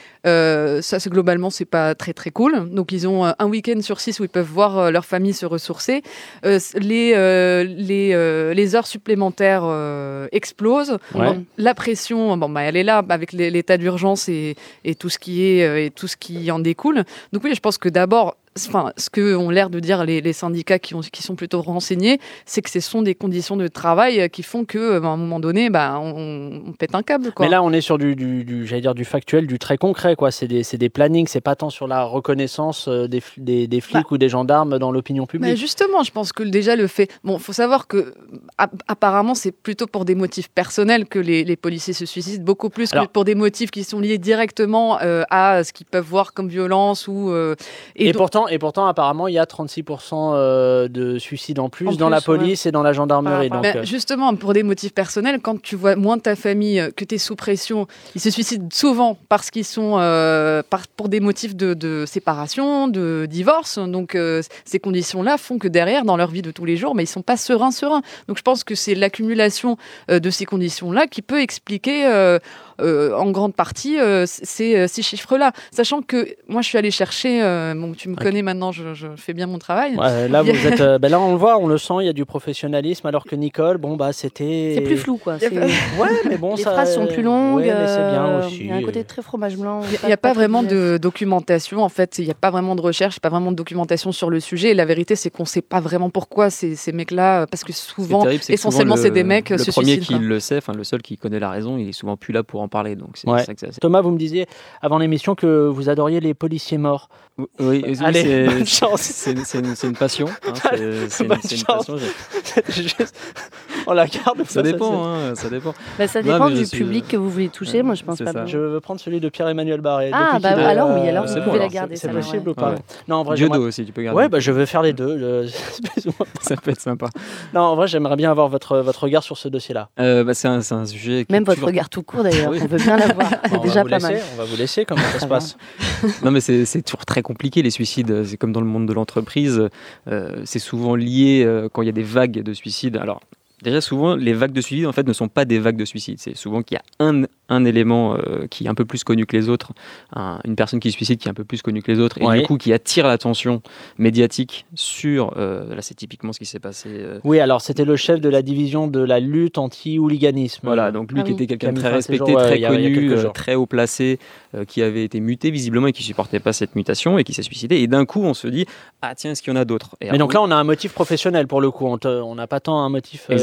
Speaker 4: Euh, ça, c'est, globalement, c'est pas très très cool. Donc, ils ont euh, un week-end sur six où ils peuvent voir euh, leur famille se ressourcer. Euh, les, euh, les, euh, les heures supplémentaires euh, explosent.
Speaker 2: Ouais.
Speaker 4: Donc, la pression, bon, bah, elle est là avec les, l'état d'urgence et, et tout ce qui est euh, et tout ce qui en découle. Donc, oui, je pense que d'abord, enfin, ce que ont l'air de dire les, les syndicats qui, ont, qui sont plutôt renseignés, c'est que ce sont des conditions de travail qui font que, bah, à un moment donné, bah, on, on pète un câble, quoi.
Speaker 2: Mais là, on est sur du, du, du j'allais dire du factuel, du très concret, quoi. C'est des, c'est des plannings, c'est pas tant sur la reconnaissance des, des, des flics bah, ou des gendarmes dans l'opinion publique.
Speaker 4: Mais justement, je pense que déjà le fait, bon, faut savoir que apparemment, c'est plutôt pour des motifs personnels que les, les policiers se suicident, beaucoup plus Alors, que pour des motifs qui sont liés directement euh, à ce qu'ils peuvent voir comme violence ou. Euh,
Speaker 2: et, et donc, pourtant. Et pourtant, apparemment, il y a trente-six pour cent de suicides en plus en dans plus, la police ouais. et dans la gendarmerie.
Speaker 4: Ah,
Speaker 2: donc,
Speaker 4: ben, justement, pour des motifs personnels, quand tu vois moins de ta famille, que tu es sous pression, ils se suicident souvent parce qu'ils sont euh, par, pour des motifs de, de séparation, de divorce. Donc, euh, ces conditions-là font que derrière, dans leur vie de tous les jours, mais ils ne sont pas sereins, sereins. Donc, je pense que c'est l'accumulation euh, de ces conditions-là qui peut expliquer... Euh, Euh, en grande partie euh, ces, euh, ces chiffres-là. Sachant que moi, je suis allée chercher, euh, bon, tu me okay. connais maintenant, je, je fais bien mon travail.
Speaker 2: Ouais, là, vous êtes, euh, ben là, on le voit, on le sent, il y a du professionnalisme, alors que Nicole, bon, bah, c'était...
Speaker 6: C'est plus flou, quoi. C'est...
Speaker 2: Ouais, mais bon,
Speaker 6: les
Speaker 2: ça...
Speaker 6: phrases sont plus longues.
Speaker 2: Ouais, mais c'est bien aussi.
Speaker 6: Il y a un côté très fromage blanc.
Speaker 4: Il n'y a pas, pas vraiment de documentation, en fait. Il n'y a pas vraiment de recherche, pas vraiment de documentation sur le sujet. Et la vérité, c'est qu'on ne sait pas vraiment pourquoi ces, ces mecs-là, parce que souvent,
Speaker 5: c'est terrible, c'est
Speaker 4: essentiellement,
Speaker 5: souvent le,
Speaker 4: c'est des mecs
Speaker 5: le
Speaker 4: se
Speaker 5: premier
Speaker 4: suicident.
Speaker 5: qui le sait, enfin le seul qui connaît la raison, il est souvent plus là pour en parler. Donc c'est,
Speaker 2: ouais.
Speaker 5: c'est ça que ça,
Speaker 2: Thomas, vous me disiez avant l'émission que vous adoriez les policiers morts.
Speaker 5: Oui, oui,
Speaker 2: Allez,
Speaker 5: c'est,
Speaker 2: bonne chance.
Speaker 5: C'est, c'est, une, c'est une passion. Hein, c'est, c'est,
Speaker 2: bonne
Speaker 5: une, c'est une
Speaker 2: chance.
Speaker 5: passion.
Speaker 2: Juste, on la garde.
Speaker 5: Ça, ça dépend, hein, ça dépend.
Speaker 6: Bah, ça dépend
Speaker 5: non,
Speaker 6: du
Speaker 5: suis,
Speaker 6: public que vous voulez toucher.
Speaker 5: euh,
Speaker 6: Moi, je pense pas.
Speaker 5: Ça.
Speaker 2: Je veux prendre celui de Pierre-Emmanuel Barré.
Speaker 6: Ah, bah
Speaker 2: est,
Speaker 6: alors
Speaker 2: euh,
Speaker 6: oui, alors vous
Speaker 5: c'est
Speaker 6: pouvez
Speaker 5: bon,
Speaker 6: la
Speaker 5: alors,
Speaker 6: garder.
Speaker 2: C'est,
Speaker 6: ça,
Speaker 2: c'est possible
Speaker 6: ouais.
Speaker 2: ou pas
Speaker 5: ouais.
Speaker 2: Non, en vrai,
Speaker 5: Dieudo
Speaker 2: j'aimerais...
Speaker 5: aussi, tu peux garder.
Speaker 2: Ouais, bah je veux faire les deux.
Speaker 5: Ça peut être sympa.
Speaker 2: Non, en vrai, j'aimerais bien avoir votre, votre regard sur ce dossier-là.
Speaker 5: Euh, bah, c'est, un, c'est un sujet.
Speaker 6: Même votre
Speaker 5: toujours...
Speaker 6: regard tout court d'ailleurs.
Speaker 5: Oui.
Speaker 6: On veut bien l'avoir. C'est déjà pas mal.
Speaker 2: On va vous laisser. Comment ça se passe?
Speaker 5: Non, mais c'est, c'est toujours très compliqué les suicides. C'est comme dans le monde de l'entreprise. Euh, c'est souvent lié euh, quand il y a des vagues de suicides. Alors. Déjà, souvent, les vagues de suicide, en fait, ne sont pas des vagues de suicide. C'est souvent qu'il y a un, un élément euh, qui est un peu plus connu que les autres, un, une personne qui se suicide qui est un peu plus connue que les autres, et ouais. du coup, qui attire l'attention médiatique sur... Euh, là, c'est typiquement ce qui s'est passé. Euh...
Speaker 2: Oui, alors, c'était le chef de la division de la lutte anti-hooliganisme.
Speaker 5: Voilà, donc lui
Speaker 6: ah
Speaker 5: qui
Speaker 6: oui.
Speaker 5: était quelqu'un de très
Speaker 2: Camille
Speaker 5: respecté,
Speaker 2: jours,
Speaker 5: très
Speaker 2: ouais,
Speaker 5: connu, euh, très haut placé, euh, qui avait été muté visiblement et qui ne supportait pas cette mutation et qui s'est suicidé. Et d'un coup, on se dit, ah tiens, est-ce qu'il y en a d'autres? Et
Speaker 2: Mais donc là, on a un motif professionnel pour le coup. On n'a pas tant un motif... Euh,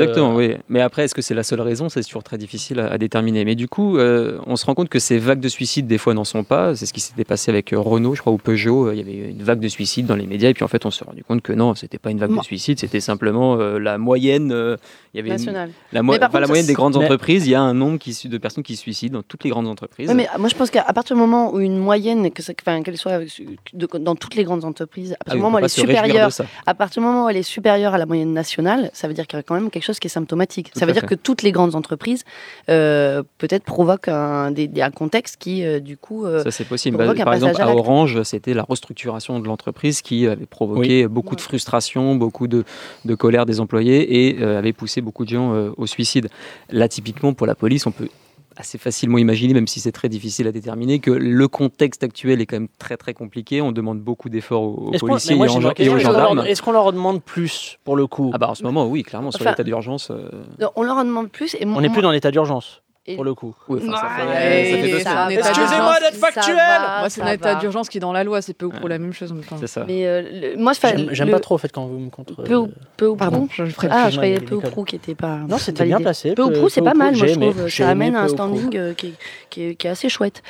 Speaker 5: Exactement, oui. Mais après, est-ce que c'est la seule raison ? C'est toujours très difficile à, à déterminer. Mais du coup, euh, on se rend compte que ces vagues de suicides, des fois, n'en sont pas. C'est ce qui s'était passé avec Renault, je crois, ou Peugeot. Il y avait une vague de suicides dans les médias. Et puis, en fait, on s'est rendu compte que non, c'était pas une vague de suicides. C'était simplement euh, la moyenne. Euh, il y avait
Speaker 6: Nationale.
Speaker 5: Une, la, mo-
Speaker 6: contre,
Speaker 5: la moyenne des grandes
Speaker 2: mais...
Speaker 5: entreprises. Il y a un nombre qui, de personnes qui se suicident dans toutes les grandes entreprises.
Speaker 6: Oui, mais moi, je pense qu'à partir du moment où une moyenne, que ça, enfin, qu'elle soit de, dans toutes les grandes entreprises, à partir du
Speaker 5: ah,
Speaker 6: moment où elle est supérieure, à partir du moment où elle est supérieure à la moyenne nationale, ça veut dire qu'il y a quand même quelque chose qui est symptomatique.
Speaker 5: Tout
Speaker 6: ça veut dire
Speaker 5: fait.
Speaker 6: que toutes les grandes entreprises euh, peut-être provoquent un, des, un contexte qui, euh, du coup, euh,
Speaker 5: ça c'est possible. Bah, par exemple, à, à Orange, c'était la restructuration de l'entreprise qui avait provoqué oui. beaucoup de frustration, beaucoup de, de colère des employés et euh, avait poussé beaucoup de gens euh, au suicide. Là, typiquement, pour la police, on peut assez facilement imaginer, même si c'est très difficile à déterminer, que le contexte actuel est quand même très très compliqué. On demande beaucoup d'efforts aux, aux policiers
Speaker 2: moi,
Speaker 5: et, en,
Speaker 2: et aux
Speaker 5: gendarmes.
Speaker 2: Est-ce qu'on leur demande plus pour le coup ?
Speaker 5: Ah bah en ce moment, oui, clairement, sur enfin, l'état d'urgence. Euh...
Speaker 6: On leur en demande plus. Et
Speaker 2: on n'est plus dans l'état d'urgence. Et pour le coup.
Speaker 5: Oui, enfin, ça fait,
Speaker 4: ouais,
Speaker 5: ça fait deux
Speaker 4: ça
Speaker 2: Excusez-moi d'être factuel.
Speaker 4: Moi, c'est un état d'urgence qui est dans la loi, c'est peu ou prou la même chose.
Speaker 5: C'est ça.
Speaker 6: Mais euh, le, moi,
Speaker 2: j'aime, j'aime le... pas trop en fait quand vous me contre.
Speaker 6: Peu ou, peu ou
Speaker 4: Pardon, je ferai
Speaker 6: Ah, je croyais peu ou prou qui était pas.
Speaker 2: Non, c'était bien placé.
Speaker 6: Peu ou prou, c'est pas mal, moi je trouve. Ça amène un standing qui est assez chouette.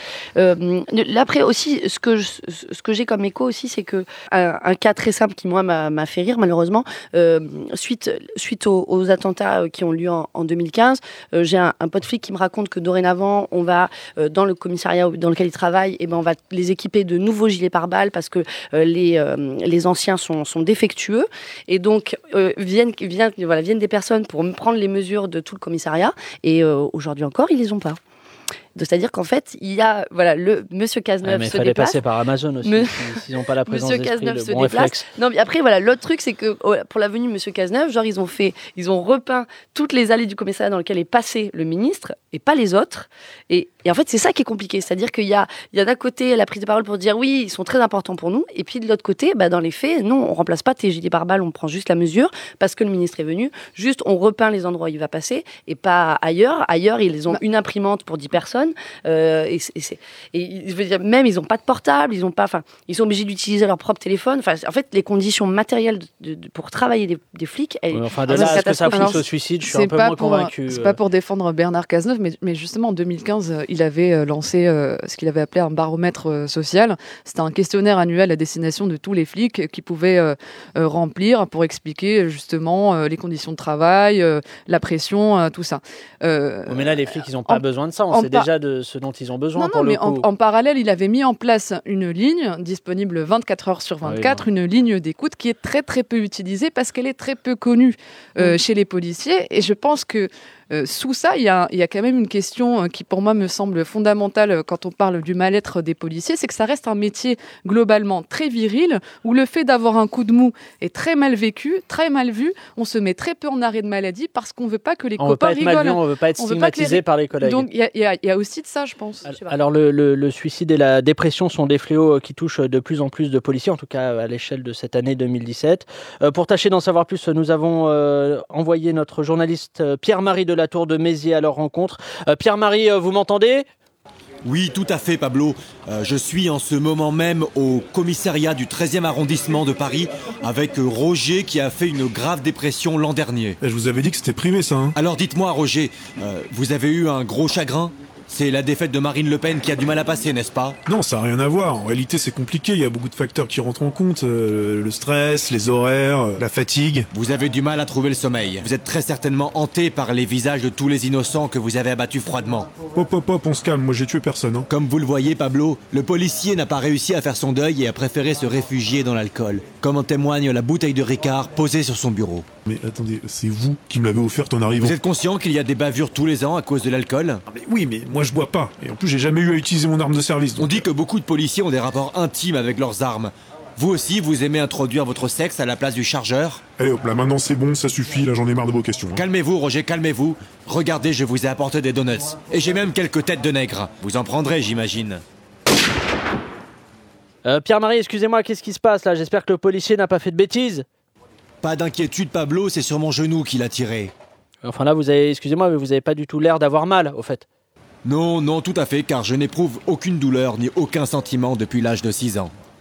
Speaker 6: Là après aussi, ce que ce que j'ai comme écho aussi, c'est que un cas très simple qui moi m'a fait rire malheureusement, suite suite aux attentats qui ont lieu en deux mille quinze, j'ai un pote flic qui me raconte que dorénavant on va euh, dans le commissariat dans lequel ils travaillent, et ben on va les équiper de nouveaux gilets pare-balles parce que euh, les euh, les anciens sont, sont défectueux, et donc euh, viennent viennent voilà viennent des personnes pour prendre les mesures de tout le commissariat, et euh, aujourd'hui encore ils les ont pas. C'est-à-dire qu'en fait, il y a voilà le Monsieur Cazeneuve ah,
Speaker 2: mais
Speaker 6: se
Speaker 2: fallait
Speaker 6: déplace.
Speaker 2: passer par Amazon aussi. Me... S'ils n'ont pas la présence
Speaker 6: Monsieur
Speaker 2: d'esprit,
Speaker 6: Cazeneuve
Speaker 2: le
Speaker 6: se
Speaker 2: bon
Speaker 6: déplace.
Speaker 2: réflexe.
Speaker 6: Non, mais après voilà, l'autre truc c'est que oh, pour la venue de Monsieur Cazeneuve, genre ils ont fait, ils ont repeint toutes les allées du commissariat dans lesquelles est passé le ministre et pas les autres. Et, et en fait, c'est ça qui est compliqué, c'est-à-dire qu'il y a, il y a d'un côté la prise de parole pour dire oui, ils sont très importants pour nous, et puis de l'autre côté, bah, dans les faits, non, on remplace pas tes gilets pare-balles, on prend juste la mesure parce que le ministre est venu. Juste, on repeint les endroits où il va passer et pas ailleurs. Ailleurs, ils ont bah. une imprimante pour dix personnes. Euh, Et, et, c'est, et je veux dire, même ils n'ont pas de portable, ils ont pas, enfin, ils sont obligés d'utiliser leur propre téléphone. Enfin, en fait, les conditions matérielles de, de, pour travailler des, des flics, elles,
Speaker 2: ouais, enfin, de là, est-ce que ça pousse au suicide ? Je suis un peu moins
Speaker 4: pour,
Speaker 2: convaincu.
Speaker 4: C'est pas pour défendre Bernard Cazeneuve, mais, mais justement en deux mille quinze, il avait lancé euh, ce qu'il avait appelé un baromètre euh, social. C'était un questionnaire annuel à destination de tous les flics qui pouvaient euh, euh, remplir pour expliquer justement euh, les conditions de travail, euh, la pression, euh, tout ça.
Speaker 2: Euh, mais là, les flics, ils n'ont pas en, besoin de ça. On sait par... déjà de ce dont ils ont besoin.
Speaker 4: Non,
Speaker 2: pour
Speaker 4: non,
Speaker 2: le
Speaker 4: mais
Speaker 2: coup.
Speaker 4: En, en parallèle, il avait mis en place une ligne disponible vingt-quatre heures sur vingt-quatre, oui, une ligne d'écoute qui est très très peu utilisée parce qu'elle est très peu connue euh, mmh. chez les policiers. Et je pense que Euh, sous ça, il y, a, il y a quand même une question qui, pour moi, me semble fondamentale quand on parle du mal-être des policiers, c'est que ça reste un métier globalement très viril, où le fait d'avoir un coup de mou est très mal vécu, très mal vu. On se met très peu en arrêt de maladie parce qu'on ne veut pas que les
Speaker 2: on
Speaker 4: copains
Speaker 2: veut pas être
Speaker 4: rigolent.
Speaker 2: Mal vu, on ne veut pas être on stigmatisé les... par les collègues.
Speaker 4: Donc, il y, y, y a aussi de ça, je pense.
Speaker 2: Alors,
Speaker 4: je
Speaker 2: alors le, le, le suicide et la dépression sont des fléaux qui touchent de plus en plus de policiers, en tout cas à l'échelle de cette année deux mille dix-sept. Euh, pour tâcher d'en savoir plus, nous avons euh, envoyé notre journaliste Pierre-Marie de la Tour de Mézières à leur rencontre. Euh, Pierre-Marie, euh, vous m'entendez ?
Speaker 11: Oui, tout à fait, Pablo. Euh, je suis en ce moment même au commissariat du treizième arrondissement de Paris avec euh, Roger qui a fait une grave dépression l'an dernier.
Speaker 12: Je vous avais dit que c'était primé, ça. Hein.
Speaker 11: Alors dites-moi, Roger, euh, vous avez eu un gros chagrin ? C'est la défaite de Marine Le Pen qui a du mal à passer, n'est-ce pas ?
Speaker 12: Non, ça n'a rien à voir. En réalité, c'est compliqué. Il y a beaucoup de facteurs qui rentrent en compte. Euh, le stress, les horaires, euh, la fatigue.
Speaker 11: Vous avez du mal à trouver le sommeil. Vous êtes très certainement hanté par les visages de tous les innocents que vous avez abattus froidement.
Speaker 12: Hop, hop, hop, on se calme. Moi, j'ai tué personne. Hein.
Speaker 11: Comme vous le voyez, Pablo, le policier n'a pas réussi à faire son deuil et a préféré se réfugier dans l'alcool. Comme en témoigne la bouteille de Ricard posée sur son bureau.
Speaker 12: Mais attendez, c'est vous qui me l'avez offerte en arrivant.
Speaker 11: Vous êtes conscient qu'il y a des bavures tous les ans à cause de l'alcool ?
Speaker 12: Ah mais oui, mais moi je bois pas. Et en plus, j'ai jamais eu à utiliser mon arme de service. Donc...
Speaker 11: On dit que beaucoup de policiers ont des rapports intimes avec leurs armes. Vous aussi, vous aimez introduire votre sexe à la place du chargeur ?
Speaker 12: Allez hop, là maintenant c'est bon, ça suffit, là j'en ai marre de vos questions. Hein.
Speaker 11: Calmez-vous, Roger, calmez-vous. Regardez, je vous ai apporté des donuts. Et j'ai même quelques têtes de nègres. Vous en prendrez, j'imagine.
Speaker 2: Euh, Pierre-Marie, excusez-moi, qu'est-ce qui se passe là ? J'espère que le policier n'a pas fait de bêtises.
Speaker 11: Pas d'inquiétude, Pablo, c'est sur mon genou qu'il a tiré.
Speaker 2: Enfin là, vous avez, excusez-moi, mais vous avez pas du tout l'air d'avoir mal, au fait.
Speaker 11: Non, non, tout à fait, car je n'éprouve aucune douleur ni aucun sentiment depuis l'âge de six ans.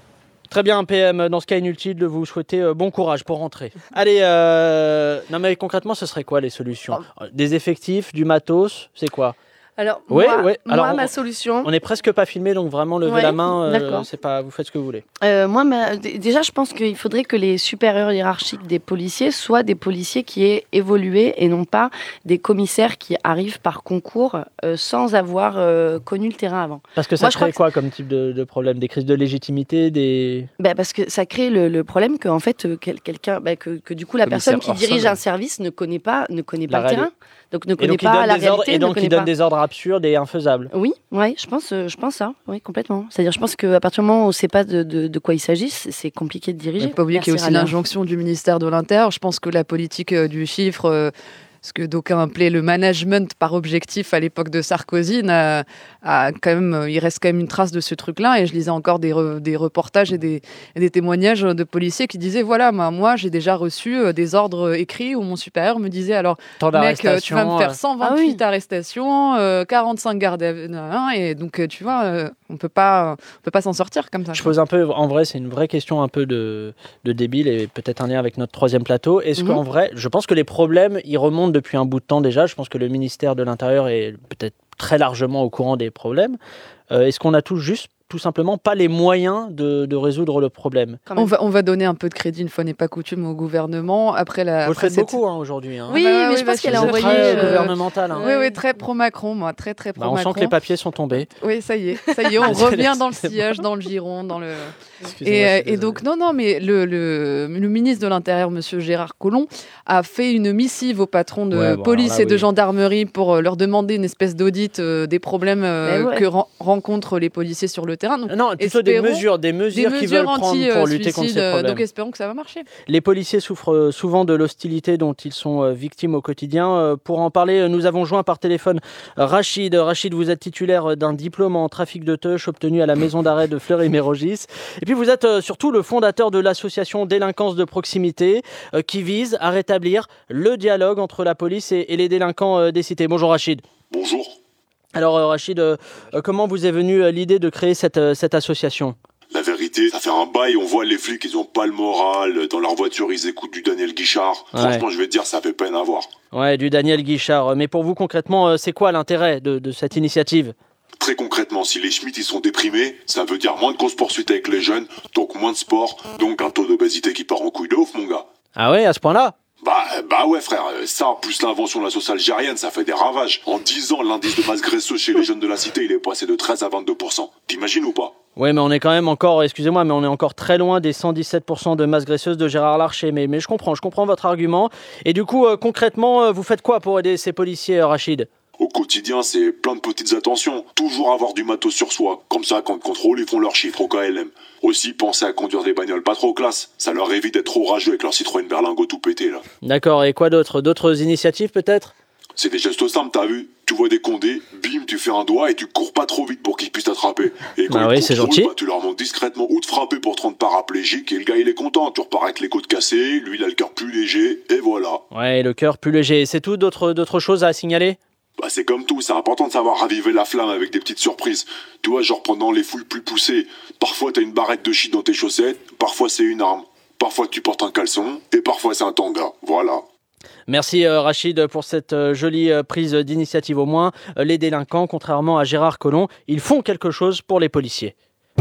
Speaker 2: Très bien, P M. Dans ce cas, inutile de vous souhaiter euh, bon courage pour rentrer. Allez, euh... non mais concrètement, ce serait quoi les solutions ? Des effectifs, du matos, c'est quoi ?
Speaker 6: Alors,
Speaker 2: ouais,
Speaker 6: moi,
Speaker 2: ouais. Alors,
Speaker 6: moi
Speaker 2: on,
Speaker 6: ma solution...
Speaker 2: On n'est presque pas filmé, donc vraiment, levez
Speaker 6: ouais,
Speaker 2: la main, euh,
Speaker 6: c'est
Speaker 2: pas, vous faites ce que vous voulez.
Speaker 6: Euh, moi, ma, d- déjà, je pense qu'il faudrait que les supérieurs hiérarchiques des policiers soient des policiers qui aient évolué et non pas des commissaires qui arrivent par concours euh, sans avoir euh, connu le terrain avant.
Speaker 2: Parce que ça
Speaker 6: moi,
Speaker 2: crée quoi comme type de, de problème ? Des crises de légitimité, des...
Speaker 6: Ben parce que ça crée le, le problème que, en fait, euh, quel, quelqu'un, ben que, que du coup, la
Speaker 2: Commissaire
Speaker 6: personne qui
Speaker 2: Orson.
Speaker 6: dirige un service ne connaît pas, ne connaît pas
Speaker 2: La
Speaker 6: le
Speaker 2: réalité.
Speaker 6: terrain. Donc ne
Speaker 2: Et
Speaker 6: connaît
Speaker 2: donc, il
Speaker 6: pas
Speaker 2: donne
Speaker 6: la
Speaker 2: des ordres,
Speaker 6: réalité.
Speaker 2: et donc
Speaker 6: ne connaît
Speaker 2: il donne
Speaker 6: pas...
Speaker 2: des ordres absurdes et infaisables.
Speaker 6: Oui, ouais, je pense, euh, je pense ça, oui, complètement. C'est-à-dire, je pense qu'à partir du moment où on ne sait pas de, de, de quoi il s'agit, c'est, c'est compliqué de diriger.
Speaker 4: Il ne faut pas oublier qu'il y a
Speaker 6: Merci,
Speaker 4: aussi
Speaker 6: Rania.
Speaker 4: l'injonction du ministère de l'Intérieur. Je pense que la politique euh, du chiffre, euh, ce que d'aucuns appelaient le management par objectif à l'époque de Sarkozy, n'a, a quand même, euh, il reste quand même une trace de ce truc-là. Et je lisais encore des, re, des reportages et des, et des témoignages de policiers qui disaient voilà, moi, moi j'ai déjà reçu euh, des ordres écrits où mon supérieur me disait alors,
Speaker 2: Tant
Speaker 4: mec, euh, tu vas me faire
Speaker 2: euh,
Speaker 4: cent vingt-huit
Speaker 6: Ah oui.
Speaker 4: arrestations, euh, quarante-cinq gardes à vue, et donc euh, tu vois, euh, on peut pas, on peut pas s'en sortir comme ça.
Speaker 2: Je
Speaker 4: quoi.
Speaker 2: pose un peu, en vrai, c'est une vraie question un peu de, de débile et peut-être un lien avec notre troisième plateau. Est-ce
Speaker 6: Mhm.
Speaker 2: qu'en vrai, je pense que les problèmes, ils remontent depuis un bout de temps déjà. Je pense que le ministère de l'Intérieur est peut-être très largement au courant des problèmes. Euh, est-ce qu'on a tous juste, tout simplement, pas les moyens de, de résoudre le problème ?
Speaker 4: On va, on va donner un peu de crédit, une fois n'est pas coutume, au gouvernement. Après la,
Speaker 2: Vous le
Speaker 4: après
Speaker 2: faites
Speaker 4: cette-
Speaker 2: beaucoup hein, aujourd'hui. Hein.
Speaker 6: Oui,
Speaker 4: Ah bah
Speaker 6: mais
Speaker 4: oui,
Speaker 6: je
Speaker 4: bah,
Speaker 6: pense qu'elle a
Speaker 2: Vous êtes
Speaker 6: envoyé...
Speaker 2: très
Speaker 6: euh,
Speaker 2: gouvernemental. Hein.
Speaker 4: Oui, oui, très pro-Macron, moi, très, très
Speaker 2: Bah, on
Speaker 4: pro-Macron.
Speaker 2: sent que les papiers sont tombés.
Speaker 4: Oui, ça y est, ça y est, on
Speaker 2: Désolé,
Speaker 4: revient dans le
Speaker 2: c'est
Speaker 4: sillage, dans le giron, dans le...
Speaker 2: Excusez-moi,
Speaker 4: Et,
Speaker 2: je
Speaker 4: euh,
Speaker 2: suis
Speaker 4: et
Speaker 2: désolé.
Speaker 4: donc, non, non, mais le, le, le ministre de l'Intérieur, monsieur Gérard Collomb, a fait une missive aux patrons de
Speaker 2: Ouais, bon,
Speaker 4: police
Speaker 2: alors là,
Speaker 4: et de
Speaker 2: oui.
Speaker 4: gendarmerie pour euh, leur demander une espèce d'audit euh, des problèmes euh,
Speaker 6: Mais ouais.
Speaker 4: que ren- rencontrent les policiers sur le terrain. Donc,
Speaker 2: Non, plutôt des
Speaker 4: espérons-
Speaker 2: mesures, des mesures,
Speaker 4: des
Speaker 2: qu'ils
Speaker 4: mesures
Speaker 2: veulent prendre pour lutter contre
Speaker 4: anti-suicide,
Speaker 2: ces
Speaker 4: euh,
Speaker 2: problèmes.
Speaker 4: donc espérons que ça va marcher.
Speaker 2: Les policiers souffrent euh, souvent de l'hostilité dont ils sont euh, victimes au quotidien. Euh, Pour en parler, euh, nous avons joint par téléphone euh, Rachid. Rachid, vous êtes titulaire euh, d'un diplôme en trafic de teuches obtenu à la maison d'arrêt de Fleury-Mérogis. Et puis vous êtes euh, surtout le fondateur de l'association Délinquance de proximité euh, qui vise à rétablir le dialogue entre la police et, et les délinquants euh, des cités. Bonjour Rachid.
Speaker 13: Bonjour.
Speaker 2: Alors euh, Rachid, euh, euh, comment vous est venue euh, l'idée de créer cette, euh, cette association ?
Speaker 13: La vérité, ça fait un bail, on voit les flics, ils ont pas le moral. Dans leur voiture, ils écoutent du Daniel Guichard.
Speaker 2: Ouais.
Speaker 13: Franchement, je vais te dire, ça fait peine à voir.
Speaker 2: Ouais, du Daniel Guichard. Mais pour vous concrètement, euh, c'est quoi l'intérêt de, de cette initiative ?
Speaker 13: Très concrètement, si les Schmitt ils sont déprimés, ça veut dire moins de courses-poursuites avec les jeunes, donc moins de sport, donc un taux d'obésité qui part en couille de ouf, mon gars.
Speaker 2: Ah ouais, à ce point-là ?
Speaker 13: Bah, bah ouais frère, ça plus l'invention de la sauce algérienne, ça fait des ravages. En dix ans, l'indice de masse graisseuse chez les jeunes de la cité, il est passé de treize à vingt-deux pour cent. T'imagines ou pas?
Speaker 2: Ouais, mais on est quand même encore, excusez-moi, mais on est encore très loin des cent dix-sept pour cent de masse graisseuse de Gérard Larcher. Mais, mais je comprends, je comprends votre argument. Et du coup, euh, concrètement, euh, vous faites quoi pour aider ces policiers, euh, Rachid ?
Speaker 13: Au quotidien, c'est plein de petites attentions. Toujours avoir du matos sur soi. Comme ça, quand le contrôle, ils font leurs chiffres au K L M. Aussi, pensez à conduire des bagnoles pas trop classe. Ça leur évite d'être trop rageux avec leur Citroën Berlingot tout pété, là.
Speaker 2: D'accord, et quoi d'autre ? D'autres initiatives, peut-être ?
Speaker 13: C'est des gestes simples, t'as vu? Tu vois des condés, bim, tu fais un doigt et tu cours pas trop vite pour qu'ils puissent t'attraper. Et quand
Speaker 2: Ah
Speaker 13: ils
Speaker 2: oui,
Speaker 13: te
Speaker 2: c'est
Speaker 13: contrôlent,
Speaker 2: gentil.
Speaker 13: bah, tu leur montres discrètement où te frapper pour te rendre paraplégique et le gars il est content. Tu repars avec les côtes cassées, lui il a le cœur plus léger, et voilà.
Speaker 2: Ouais, le cœur plus léger. C'est tout ? D'autres, d'autres choses à signaler ?
Speaker 13: Bah c'est comme tout, c'est important de savoir raviver la flamme avec des petites surprises. Tu vois, genre pendant les fouilles plus poussées, parfois t'as une barrette de shit dans tes chaussettes, parfois c'est une arme, parfois tu portes un caleçon, et parfois c'est un tanga, voilà.
Speaker 2: Merci euh, Rachid pour cette euh, jolie euh, prise d'initiative. Au moins, euh, les délinquants, contrairement à Gérard Collomb, ils font quelque chose pour les policiers.